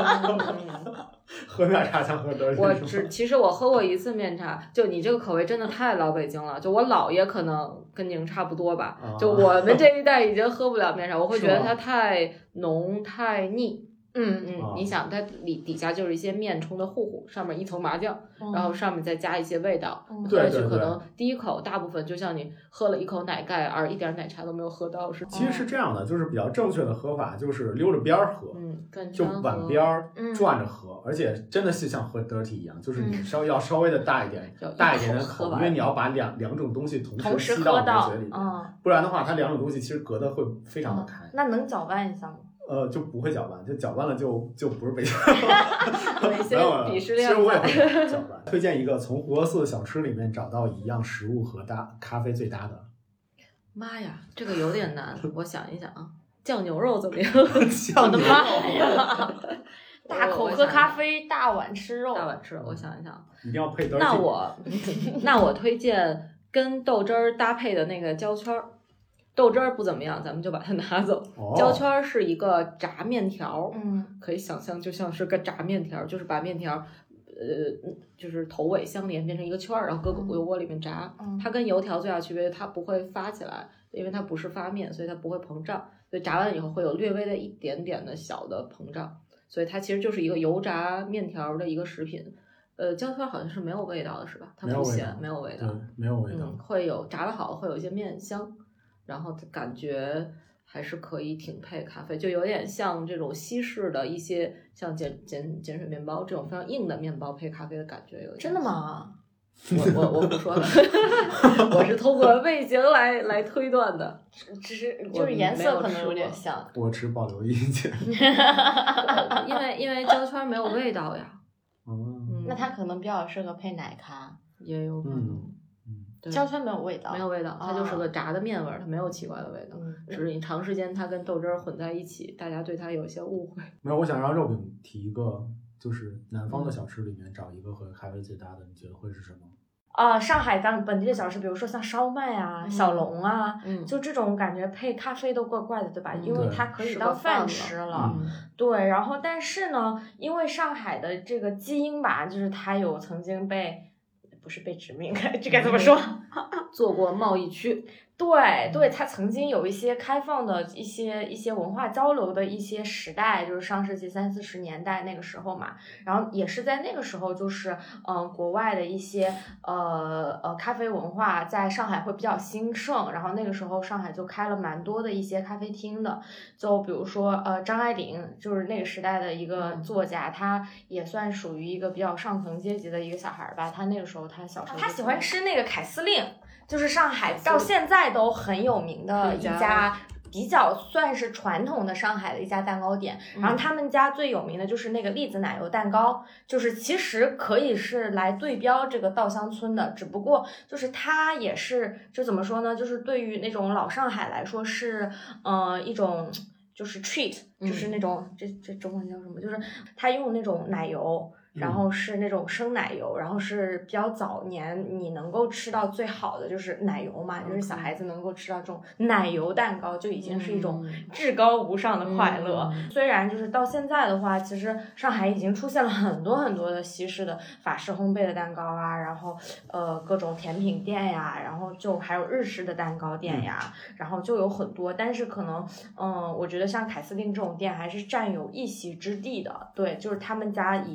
喝面茶像喝 dirty。 我只其实我喝过一次面茶，就你这个口味真的太老北京了。就我姥爷可能跟您差不多吧， 啊、 就我们这一代已经喝不了面茶，我会觉得是吗它太浓太腻。 嗯嗯， 啊你想它里底下就是一些面冲的糊糊，上面一层麻酱， 嗯然后上面再加一些味道， 嗯喝下去对对对可能第一口大部分就像你喝了一口奶盖，而一点奶茶都没有喝到是。 其实是这样的，就是比较正确的喝法，就是溜着边儿喝， 嗯，跟就川喝碗边儿嗯转着喝，而且真的是像喝 dirty 一样，就是你稍微要稍微的大一点， 要一大一点的口， 口喝完因为你要把两两种东西同同时吸到你的喝到嘴里面， 嗯不然的话，它两种东西其实隔的会非常的开。 那能搅拌一下吗？ 呃，就不会搅拌，就搅拌了就就不是北京。 有一些没有没有鄙视其实我也链会搅拌。推荐一个从胡和寺小吃里面找到一样食物和搭咖啡最搭的。 妈呀，这个有点难，我想一想啊，酱牛肉怎么样？ 酱牛我的妈肉呀！大口喝咖啡，大碗吃肉。 大碗吃，我想一想， 一定要配 dirty。 那我那我推荐跟豆汁儿搭配的那个焦圈儿。豆汁儿不怎么样，咱们就把它拿走。 哦、 焦圈儿是一个炸面条， 嗯， 可以想象就像是个炸面条，就是把面条，呃，就是头尾相连变成一个圈儿，然后搁油锅里面炸。 嗯、 它跟油条最大区别，它不会发起来，因为它不是发面，所以它不会膨胀。所以炸完以后会有略微的一点点的小的膨胀，所以它其实就是一个油炸面条的一个食品。呃，焦圈好像是没有味道的，是吧？它不咸，没有味道， 对，没有味道。 嗯，会有炸得好，会有一些面香。然后感觉还是可以挺配咖啡，就有点像这种西式的一些像碱碱碱水面包这种非常硬的面包配咖啡的感觉有点。 真的吗？ 我我我不说了，我是通过味型来来推断的， 只是就是颜色可能有点像。 我持保留意见。 因为因为焦圈没有味道呀。 嗯， 嗯那它可能比较适合配奶咖。 也有可能。 嗯焦圈没有味道， 没有味道，它就是个炸的面味儿，它没有奇怪的味道， 嗯、 只是你长时间它跟豆汁儿混在一起，大家对它有一些误会。 没有，我想让肉饼提一个，就是南方的小吃里面找一个和咖啡最搭的，你觉得会是什么？ 啊、呃，上海当本地的小吃，比如说像烧麦啊、嗯、小笼啊， 嗯， 就这种感觉配咖啡都怪怪的，对吧？ 嗯、 因为它可以当饭吃了。 嗯、 对，然后但是呢，因为上海的这个基因吧，就是它有曾经被。不是被殖民，这该怎么说？ 做过贸易区， 对对，它曾经有一些开放的一些一些文化交流的一些时代，就是上世纪三四十年代那个时候嘛。然后也是在那个时候，就是嗯、呃，国外的一些呃呃咖啡文化在上海会比较兴盛。然后那个时候上海就开了蛮多的一些咖啡厅的，就比如说呃张爱玲，就是那个时代的一个作家，她也算属于一个比较上层阶级的一个小孩吧。她那个时候他小时候他喜欢吃那个凯司令，就是上海到现在都很有名的一家比较算是传统的上海的一家蛋糕店， 嗯、 然后他们家最有名的就是那个栗子奶油蛋糕，就是其实可以是来对标这个稻香村的，只不过就是它也是就怎么说呢，就是对于那种老上海来说是呃一种就是 treat， 就是那种、嗯、这这中文叫什么，就是它用那种奶油。然后是那种生奶油，然后是比较早年你能够吃到最好的就是奶油嘛， Okay. 就是小孩子能够吃到这种奶油蛋糕就已经是一种至高无上的快乐。 嗯、 虽然就是到现在的话，其实上海已经出现了很多很多的西式的法式烘焙的蛋糕啊，然后呃各种甜品店呀，然后就还有日式的蛋糕店呀，嗯、然后就有很多，但是可能嗯、呃，我觉得像凯司令这种店还是占有一席之地的。对，就是他们家以那个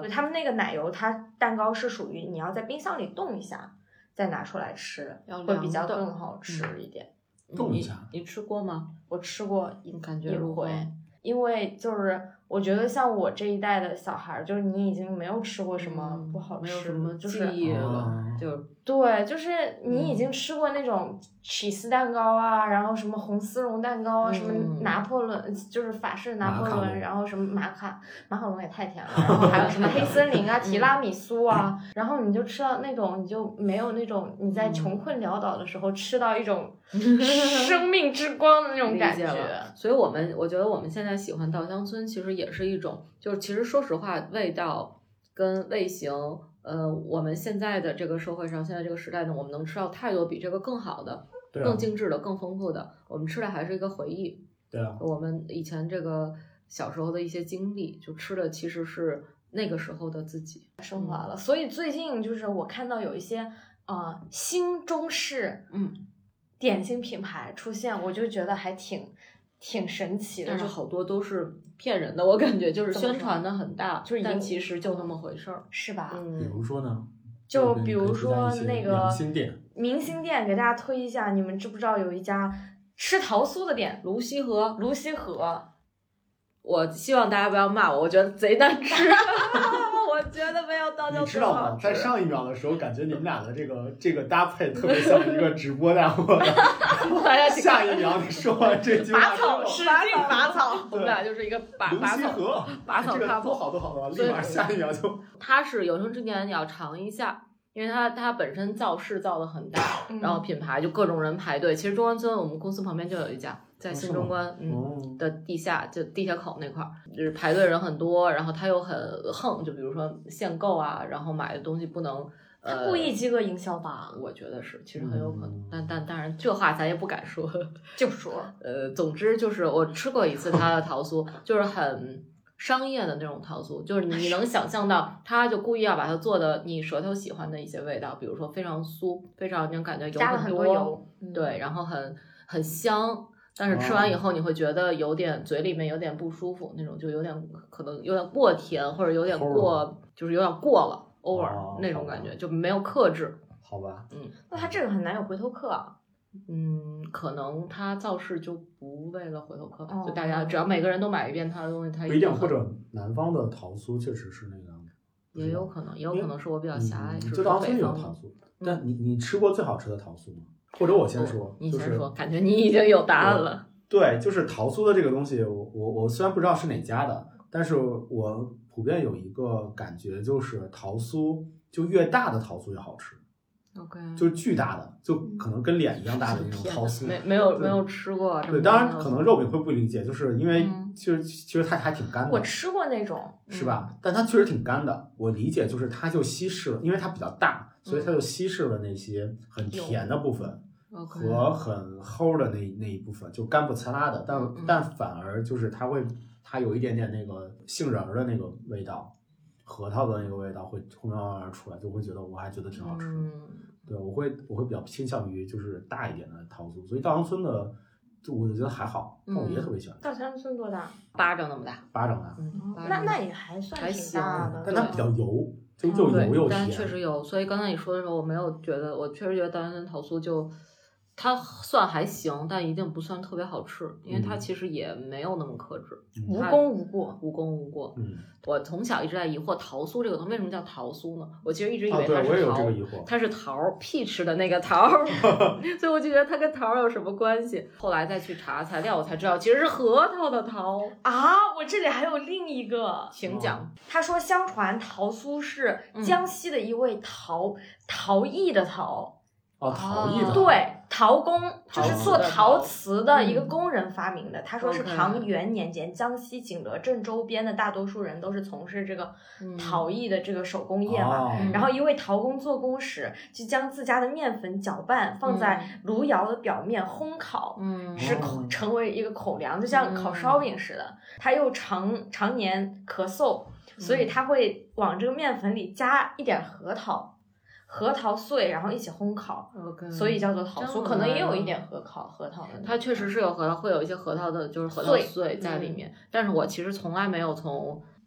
对他们那个奶油，它蛋糕是属于你要在冰箱里冻一下再拿出来吃，会比较更好吃一点。 冻一下， 你你吃过吗？ 我吃过一感觉一回，因为就是我觉得像我这一代的小孩，就是你已经没有吃过什么不好吃， 没有什么就记忆了，就对，就是你已经吃过那种起司蛋糕啊，然后什么红丝绒蛋糕啊， 嗯、 什么拿破仑，就是法式拿破仑，然后什么马卡马卡龙也太甜了，然后还有什么黑森林啊、提拉米苏啊，然后你就吃到那种，你就没有那种你在穷困潦倒的时候吃到一种生命之光的那种感觉。 所以我们我觉得我们现在喜欢稻香村，其实也是一种，就是其实说实话，味道跟味型。呃，我们现在的这个社会上，现在这个时代呢，我们能吃到太多比这个更好的、 对啊、 更精致的、更丰富的。我们吃的还是一个回忆。 对啊， 我们以前这个小时候的一些经历，就吃的其实是那个时候的自己升华了。嗯、所以最近就是我看到有一些呃新中式嗯点心品牌出现，我就觉得还挺。挺神奇的， 但是好多都是骗人的，我感觉就是宣传的很大，就是但其实就那么回事儿， 是吧？ 嗯， 比如说呢？ 就比如说那个明星店， 明星店给大家推一下，你们知不知道有一家吃桃酥的店， 泸溪河， 泸溪河。 我希望大家不要骂我，我觉得贼难吃。我觉得没有稻香村好吃。 你知道吗？在上一秒的时候，感觉你们俩的这个这个搭配特别像一个直播带货的。下一秒你说完这句话， 拔草使劲拔草， 我们俩就是一个拔拔草拔草这个多好多好多，立马下一秒就。 它是有生之年你要尝一下。因为它它本身造势造的很大， 嗯、 然后品牌就各种人排队。其实中关村我们公司旁边就有一家，在新中关、哦、嗯的地下，就地铁口那块儿，就是排队人很多，然后它又很横，就比如说限购啊，然后买的东西不能呃故意饥饿营销吧？ 我觉得是，其实很有可能，嗯、但但当然这话咱也不敢说， 就说呃，总之就是我吃过一次它的桃酥，就是很。商业的那种桃酥，就是你能想象到，他就故意要把它做的你舌头喜欢的一些味道，比如说非常酥，非常你感觉油很多， 油对，然后很很香，但是吃完以后你会觉得有点嘴里面有点不舒服，那种就有点可能有点过甜，或者有点过，就是有点过了 over、哦、那种感觉，就没有克制。 好吧， 嗯， 那他这个很难有回头客啊。 嗯，可能他造势就不为了回头客，哦、就大家只要每个人都买一遍他的东西，他不一定。或者南方的桃酥确实是那个， 也有可能，也有可能是我比较狭隘。 就稻香村有桃酥，嗯、但你你吃过最好吃的桃酥吗？或者我先说， 哦、你先说，就是、感觉你已经有答案了。 对，就是桃酥的这个东西，我我我虽然不知道是哪家的，但是我普遍有一个感觉，就是桃酥就越大的桃酥越好吃。 OK， 就是巨大的，就可能跟脸一样大的那种桃酥， 没没有没有吃过。 对，当然可能肉饼会不理解，就是因为其实、嗯、其实它还挺干的。 我吃过那种， 是吧？嗯、但它确实挺干的。我理解就是它就稀释了，因为它比较大，所以它就稀释了那些很甜的部分、 嗯、 和很齁的那那一部分，就干不呲啦的。但、 嗯、 但反而就是它会，它有一点点那个杏仁的那个味道。核桃的那个味道会会慢慢出来，就会觉得我还觉得挺好吃的。 嗯， 对，我会我会比较倾向于就是大一点的桃酥，所以稻香村的就我就觉得还好，但我爷爷特别喜欢。 稻香村多大？ 巴掌那么大， 巴掌大。 嗯，那那也还算挺大的， 但它比较油，就又油又甜。 但确实油，所以刚才你说的时候，我没有觉得，我确实觉得稻香村桃酥就。它算还行，但一定不算特别好吃，因为它其实也没有那么克制， 嗯、无功无过， 无功无过。 嗯， 我从小一直在疑惑桃酥这个东西为什么叫桃酥呢？我其实一直以为它是桃， 啊、我也有这个疑惑， 它是桃 peach 的那个桃，所以我就觉得它跟桃有什么关系？后来再去查材料，我才知道其实是核桃的桃啊！我这里还有另一个， 请讲。 哦、 他说，相传桃酥是江西的一位陶、嗯、陶艺的陶。 哦，陶艺的对，陶工就是做陶瓷的一个工人发明的。嗯、他说是唐元年间，江西景德镇周边的大多数人都是从事这个陶艺的这个手工业嘛。 嗯、 然后一位陶工做工时，就将自家的面粉搅拌，放在炉窑的表面烘烤， 嗯， 是口成为一个口粮，就像烤烧饼似的。他又常常年咳嗽，所以他会往这个面粉里加一点核桃。核桃碎，然后一起烘烤， okay, 所以叫做桃酥，可能也有一点核桃核桃的。 它确实是有核桃，会有一些核桃的，就是核桃碎在里面。嗯、但是我其实从来没有从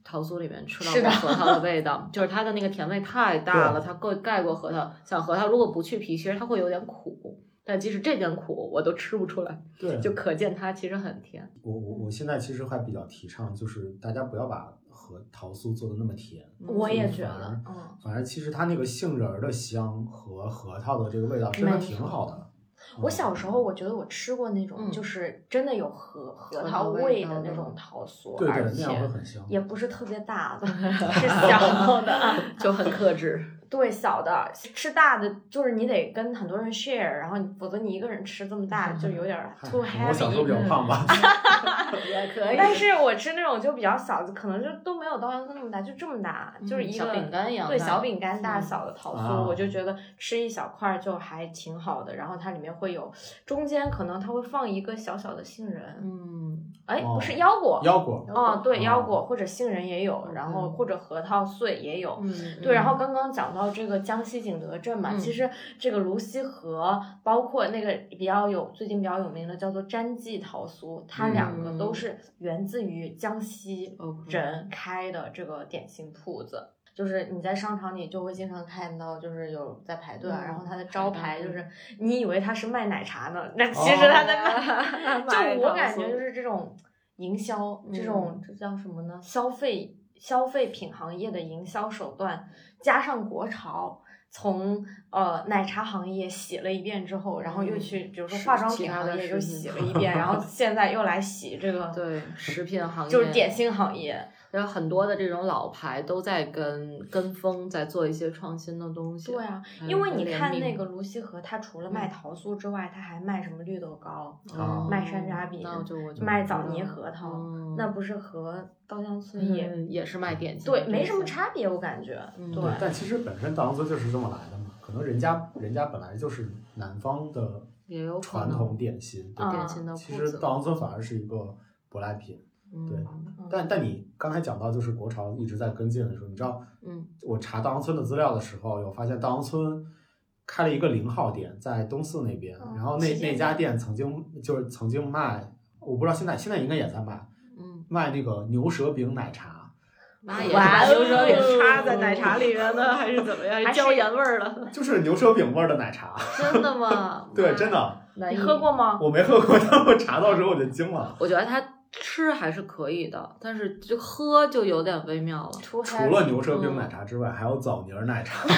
桃酥里面吃是的到过核桃的味道，就是它的那个甜味太大了，它够盖过核桃。像核桃如果不去皮，其实它会有点苦，但即使这点苦我都吃不出来， 对， 就可见它其实很甜。 我我我现在其实还比较提倡，就是大家不要把和桃酥做的那么甜。 我也觉反而得，嗯， 反正其实它那个杏仁儿的香和核桃的这个味道真的挺好的。 我小时候我觉得我吃过那种， 嗯就是真的有核核桃核桃味味道的的那种桃酥， 对对， 而那样会且很香。 也不是特别大的，是小的。 就很克制。 对，小的吃大的就是你得跟很多人 share，然后你否则你一个人吃这么大就有点 too 我小时候比 heavy。 较胖吧。 也可以， 但是我吃那种就比较小的，可能就都没有稻香村那么大，就这么大，就是一个小饼干一样大对，小饼干大小的桃酥， 啊我就觉得吃一小块就还挺好的。然后它里面会有中间可能它会放一个小小的杏仁， 嗯， 哎， 哦不是腰果， 腰果。 哦，对， 哦腰果或者杏仁也有，然后嗯或者核桃碎也有。 嗯， 对，然后刚刚讲到这个江西景德镇嘛， 嗯其实这个泸溪河，包括那个比较有最近比较有名的叫做詹记桃酥，它两个都是源自于江西人开的这个点心铺子。就是你在商场里就会经常看到，就是有在排队啊， 嗯然后它的招牌就是你以为它是卖奶茶呢， 哦那其实它在卖。 卖就我感桃酥觉就是这种营销，这种嗯这叫什么呢？消费消费品行业的营销手段，加上国潮。从呃奶茶行业洗了一遍之后，然后又去比如说是化妆其他的品行业又食品洗了一遍，然后现在又来洗这个对食品行业， 就是点心行业。 然后很多的这种老牌都在跟跟风，在做一些创新的东西。 对啊， 还有因为你联名看那个泸溪河，它除了卖桃酥之外，它还卖什么绿豆糕、 哦卖山楂饼那就我就卖不知道枣泥核桃， 嗯那不是和稻香村也、 嗯也是卖点心的对这些， 没什么差别，我感觉。 嗯对， 但其实本身稻香村就是这么来的嘛，可能人家人家本来就是南方的也有可能传统点心，对啊吧？ 点心的其实铺子。 稻香村反而是一个舶来品。对嗯但但你刚才讲到就是国潮一直在跟进的时候，你知道， 嗯我查稻香村的资料的时候，有发现稻香村开了一个零号店在东四那边， 哦然后那旗舰那家店曾经就是曾经卖，我不知道现在现在应该也在卖嗯， 卖那个牛舌饼奶茶。 那也是哇哦把牛舌饼插在奶茶里面呢，还是怎么样？ 还是椒盐味儿的？ 就是牛舌饼味儿的奶茶， 真的吗？ 对，真的， 难以你喝过吗？ 我没喝过，但我查到之后我就惊了。 我觉得它吃还是可以的，但是就喝就有点微妙了。 除除了牛舌饼奶茶之外，还有枣泥儿奶茶，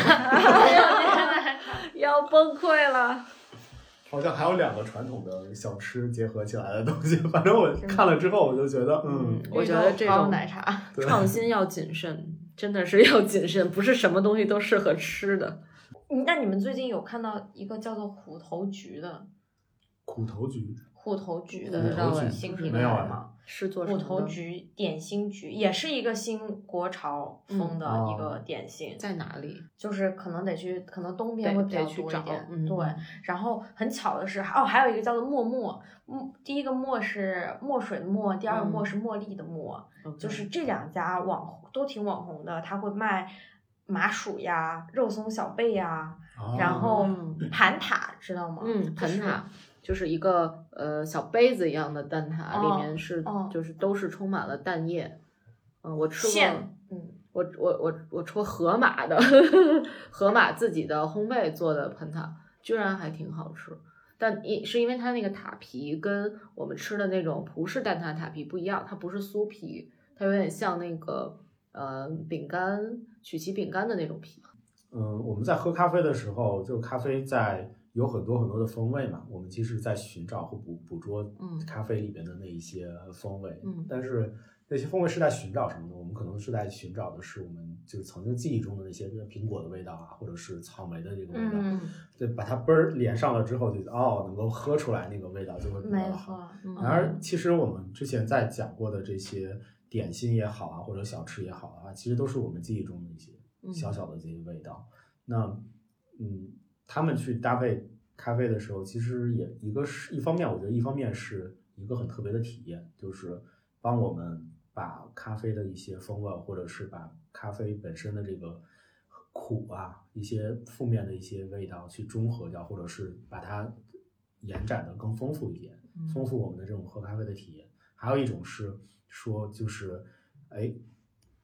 要崩溃了。 好像还有两个传统的小吃结合起来的东西。反正我看了之后，我就觉得，嗯， 我觉得这绿豆糕种奶茶对创新要谨慎，真的是要谨慎，不是什么东西都适合吃的。 嗯那你们最近有看到一个叫做虎头菊的苦头菊， 虎头菊虎头菊的新品没有哎牌吗？ 是做什虎么的？ 头菊点心菊也是一个新国潮风的嗯一个点心， 在哪里？ 就是可能得去，可能东边得会比较得去找多一点。 嗯对，然后很巧的是，哦，还有一个叫做墨墨，墨第一个墨是墨水的墨，第二个墨嗯是茉莉的墨， OK 就是这两家网红都挺网红的，他会卖麻薯呀、肉松小贝呀， 哦然后嗯盘塔知道吗？ 嗯， 就是盆塔就是一个呃小杯子一样的蛋挞， 哦里面是哦就是都是充满了蛋液。嗯，我吃过馅，嗯， 我我我我吃过盒马的，盒马自己的烘焙做的盆塔，居然还挺好吃。但因是因为它那个塔皮跟我们吃的那种葡式蛋挞塔皮不一样，它不是酥皮，它有点像那个呃饼干曲奇饼干的那种皮。 嗯，我们在喝咖啡的时候，就咖啡在有很多很多的风味嘛，我们其实在寻找和捕捕捉嗯咖啡里边的那一些风味， 嗯但是那些风味是在寻找什么呢？我们可能是在寻找的是我们就是曾经记忆中的那些苹果的味道啊，或者是草莓的这个味道， 嗯， 对，把它嘣儿连上了之后就，哦，能够喝出来那个味道就会比没较好。 错， 嗯然而，其实我们之前在讲过的这些点心也好啊，或者小吃也好啊，其实都是我们记忆中的一些小小的这些味道。那，嗯，他们去搭配咖啡的时候，其实也一个是一方面，我觉得一方面是一个很特别的体验，就是帮我们把咖啡的一些风味，或者是把咖啡本身的这个苦啊，一些负面的一些味道去中和掉，或者是把它延展的更丰富一点，丰富我们的这种喝咖啡的体验。还有一种是说，就是，哎，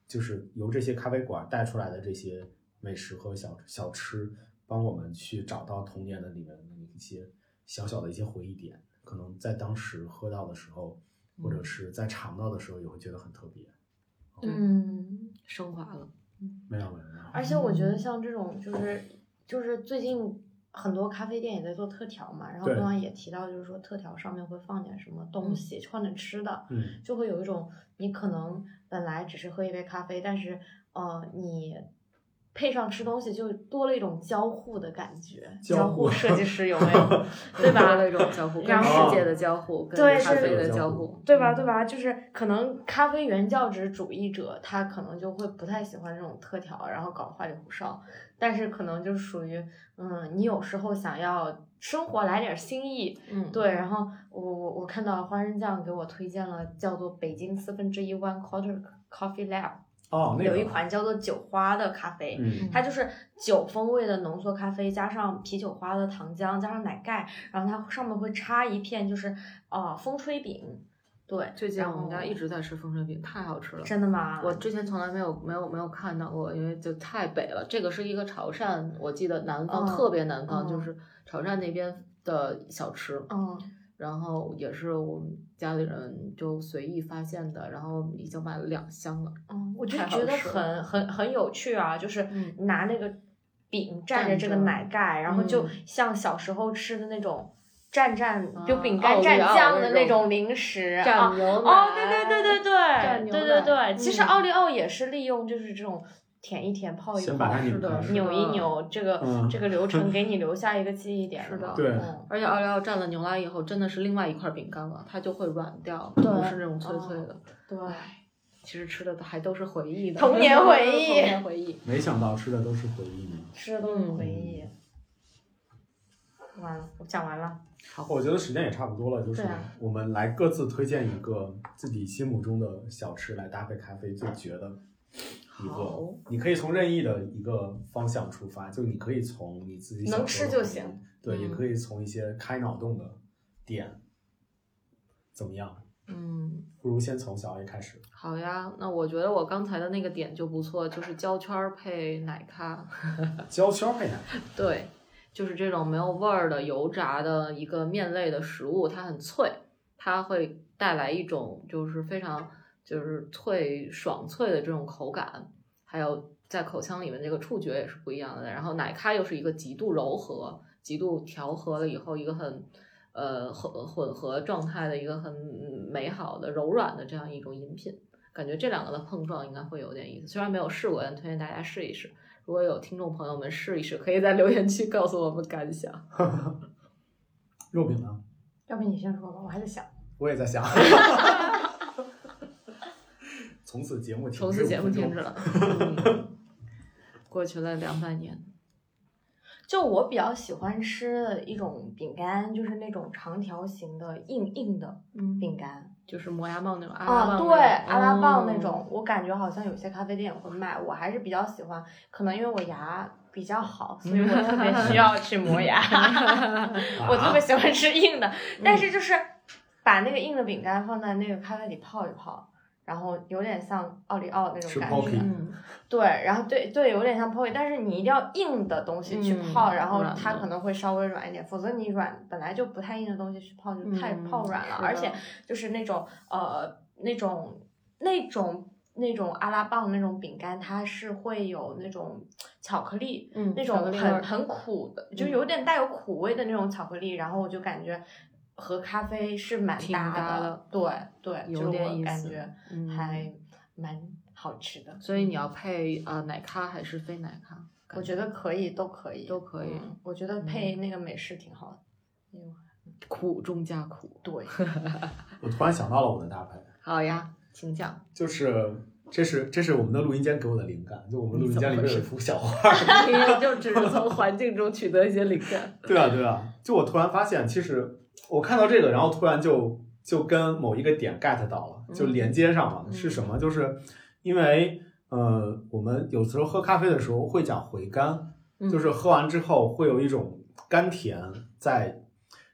就是由这些咖啡馆带出来的这些美食和小小吃，帮我们去找到童年的里面的一些小小的一些回忆点，可能在当时喝到的时候，或者是在尝到的时候，也会觉得很特别。 嗯， 升华了。 没有没有没有。 而且我觉得像这种就是就是最近很多咖啡店也在做特调嘛，然后刚刚也提到就是说特调上面会放点什么东西，放点吃的， 嗯， 就会有一种你可能本来只是喝一杯咖啡，但是呃你配上吃东西就多了一种交互的感觉。 交互设计师有没有？对吧？ 多了一种交互，跟然后世界的交互，跟对咖啡是的交互， 对吧？对吧？就是可能咖啡原教旨主义者，他可能就会不太喜欢这种特调，然后搞花里胡哨。但是可能就是属于，嗯，你有时候想要生活来点新意， 嗯， 对。然后我我我看到花生酱给我推荐了叫做北京四分之一 One Quarter Coffee Lab。 哦，那个有一款叫做酒花的咖啡， 嗯， 它就是酒风味的浓缩咖啡，加上啤酒花的糖浆，加上奶盖，然后它上面会插一片就是呃风吹饼。对， 最近我们家一直在吃风吹饼，太好吃了。 真的吗？ 我之前从来没有没有没有看到过，因为就太北了。这个是一个潮汕，我记得南方、 嗯、 特别南方， 嗯、 就是潮汕那边的小吃。 嗯。 然后也是我们家里人就随意发现的，然后已经买了两箱了。 嗯，我就觉得很很很有趣啊，就是拿那个饼蘸着这个奶盖， 嗯、 然后就像小时候吃的那种蘸蘸就饼干蘸酱的那种零食， 蘸牛奶。 哦，对对对对对，对对对， 嗯、 其实奥利奥也是利用就是这种。舔一舔，泡一泡， 是的，扭一扭，这个、 嗯、 这个流程给你留下一个记忆点。 是的， 对。 嗯、 而且奥利奥蘸了牛奶以后，真的是另外一块饼干了，它就会软掉， 不是那种脆脆的。 对。 其实吃的还都是回忆的， 童年回忆， 童年回忆。 没想到吃的都是回忆， 吃的都是回忆。嗯、完了，我讲完了。 好，我觉得时间也差不多了，就是我们来各自推荐一个自己心目中的小吃来搭配咖啡，最绝的。一个，你可以从任意的一个方向出发，就你可以从你自己能吃就行， 对，嗯、也可以从一些开脑洞的点，怎么样？ 嗯， 不如先从小 A 开始。 好呀，那我觉得我刚才的那个点就不错，就是焦圈配奶咖。 焦圈配奶咖。 对，就是这种没有味儿的油炸的一个面类的食物，它很脆，它会带来一种就是非常。就是脆爽脆的这种口感，还有在口腔里面这个触觉也是不一样的。然后奶咖又是一个极度柔和、极度调和了以后一个很呃混混合状态的一个很美好的柔软的这样一种饮品。感觉这两个的碰撞应该会有点意思。虽然没有试过，但推荐大家试一试。如果有听众朋友们试一试，可以在留言区告诉我们感想。 肉饼呢？ 要不你先说吧，我还在想。 我也在想。从此节目停止， 从此节目停止了。嗯、过去了两百年。 就我比较喜欢吃的一种饼干，就是那种长条形的硬硬的饼干， 嗯、就是磨牙棒那种阿拉棒那种。 啊，对，阿拉棒那种，我感觉好像有些咖啡店也会卖，我还是比较喜欢。可能因为我牙比较好，所以我特别需要去磨牙。我特别喜欢吃硬的，但是就是把那个硬的饼干放在那个咖啡里泡一泡。然后有点像奥利奥那种感觉， 嗯、 对，然后对对，有点像 Pocky， 但是你一定要硬的东西去泡， 嗯、 然后它可能会稍微软一点，否则你软本来就不太硬的东西去泡就太泡软了， 嗯、 而且就是那种呃那种那种那种阿拉棒那种饼干，它是会有那种巧克力， 嗯、 那种很很苦的，就有点带有苦味的那种巧克力，然后我就感觉。和咖啡是蛮搭的， 搭的对对， 有点意思， 感觉还蛮好吃的。 嗯、所以你要配呃奶咖还是非奶咖？ 我觉得可以，都可以， 都可以。 嗯、我觉得配那个美式挺好的， 嗯、苦中加苦。 对。 我突然想到了我的搭配。 好呀，请讲。 就是这是这是我们的录音间给我的灵感，就我们录音间里面有一幅小画， 你就只是从环境中取得一些灵感。 对啊对啊，就我突然发现，其实。我看到这个，然后突然就就跟某一个点 get 到了，就连接上了。嗯、是什么？就是因为呃，我们有时候喝咖啡的时候会讲回甘， 嗯、 就是喝完之后会有一种甘甜在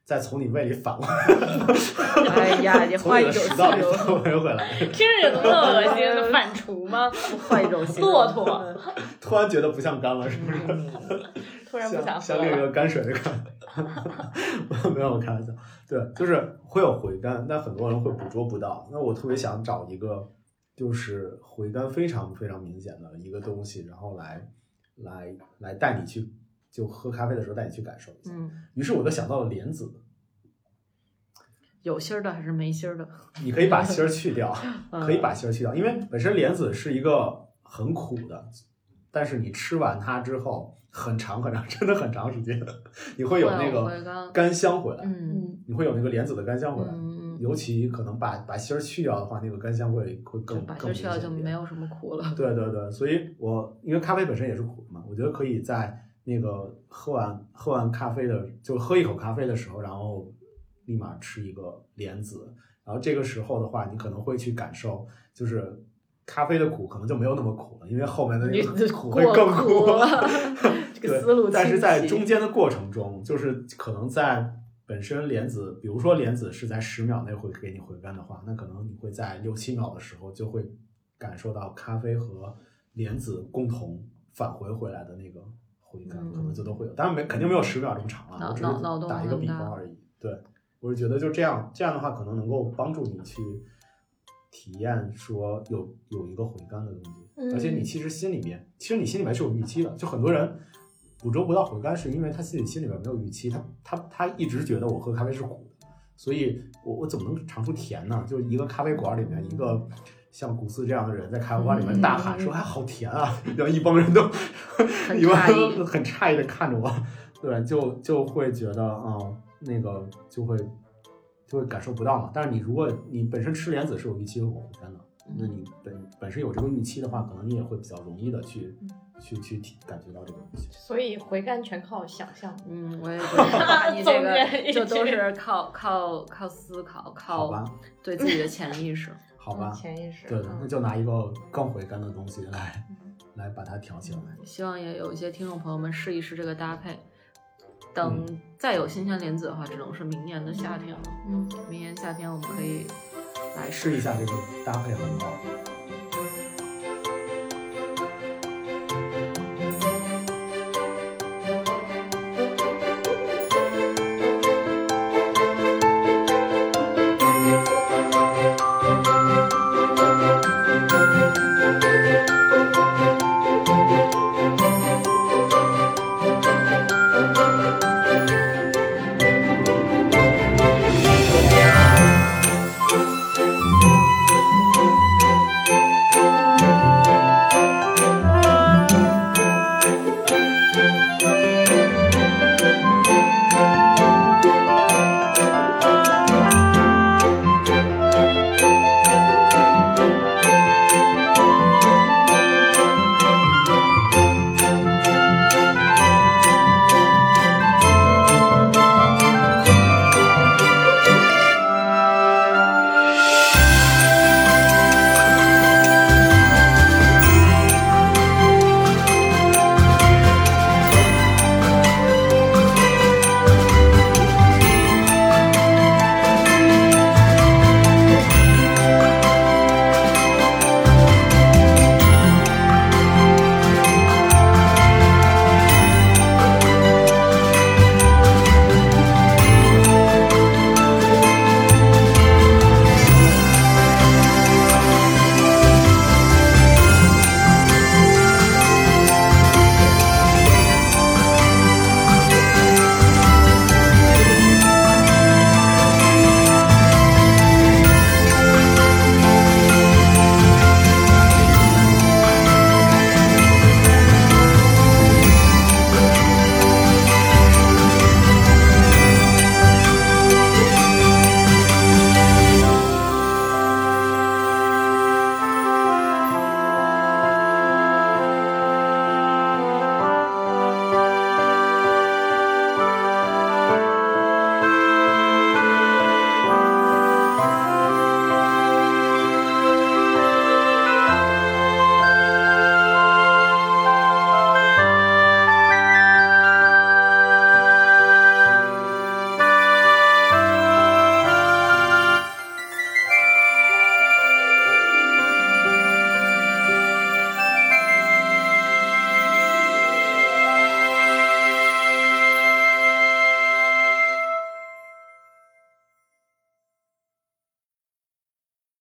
再从你胃里反过来。 哎呀，你换一种食道里反回回来。 听着有那么恶心的反刍吗？ 换一种形骆驼。 突然觉得不像干了，是不是？ 突然不想像像另一个泔水的干。没有开玩笑，对，就是会有回甘，但很多人会捕捉不到。那我特别想找一个，就是回甘非常非常明显的一个东西，然后来来来带你去，就喝咖啡的时候带你去感受一下。 嗯， 于是我就想到了莲子。 有芯儿的还是没芯儿的？ 你可以把芯儿去掉， 嗯、 可以把芯儿去掉，因为本身莲子是一个很苦的，但是你吃完它之后，很长很长，真的很长时间，你会有那个甘香回来， 嗯， 你会有那个莲子的甘香回来， 嗯， 尤其可能把把芯儿去掉的话，那个甘香会会更把芯儿去掉就没有什么苦了。 对对对，所以我因为咖啡本身也是苦的嘛，我觉得可以在那个喝完喝完咖啡的，就喝一口咖啡的时候，然后立马吃一个莲子，然后这个时候的话，你可能会去感受，就是咖啡的苦可能就没有那么苦了，因为后面的那个苦会更苦。 这个思路对，但是在中间的过程中，就是可能在本身莲子，比如说莲子是在十秒内会给你回甘的话，那可能你会在六七秒的时候就会感受到咖啡和莲子共同返回回来的那个回甘，嗯、可能就都会有。当然没肯定没有十秒这么长了，我只是打一个比方而已。对。我是觉得就这样，这样的话可能能够帮助你去体验说有有一个回甘的东西， 嗯、 而且你其实心里面，其实你心里面是有预期的。就很多人捕捉不到回甘，是因为他自己心里面没有预期，他他他一直觉得我喝咖啡是苦的，所以我我怎么能尝出甜呢？就一个咖啡馆里面，一个像古斯这样的人在咖啡馆里面大喊说：“哎，好甜啊！”然后一帮人都一帮人都很诧异的看着我，对，就就会觉得啊。嗯那个就会就会感受不到嘛，但是你如果你本身吃莲子是有预期有回甘的，那你本本身有这个预期的话，可能你也会比较容易的去、嗯、去去体感觉到这个东西。 所以回甘全靠想象。 嗯，我也觉得你这个就都是靠靠靠思考，靠对自己的潜意识。 好吧， 潜意识。 对的，那就拿一个更回甘的东西来、嗯、来把它调起来。 希望也有一些听众朋友们试一试这个搭配。等再有新鲜莲子的话，只能是明年的夏天了。嗯，明年夏天我们可以来试一下这个搭配，很好。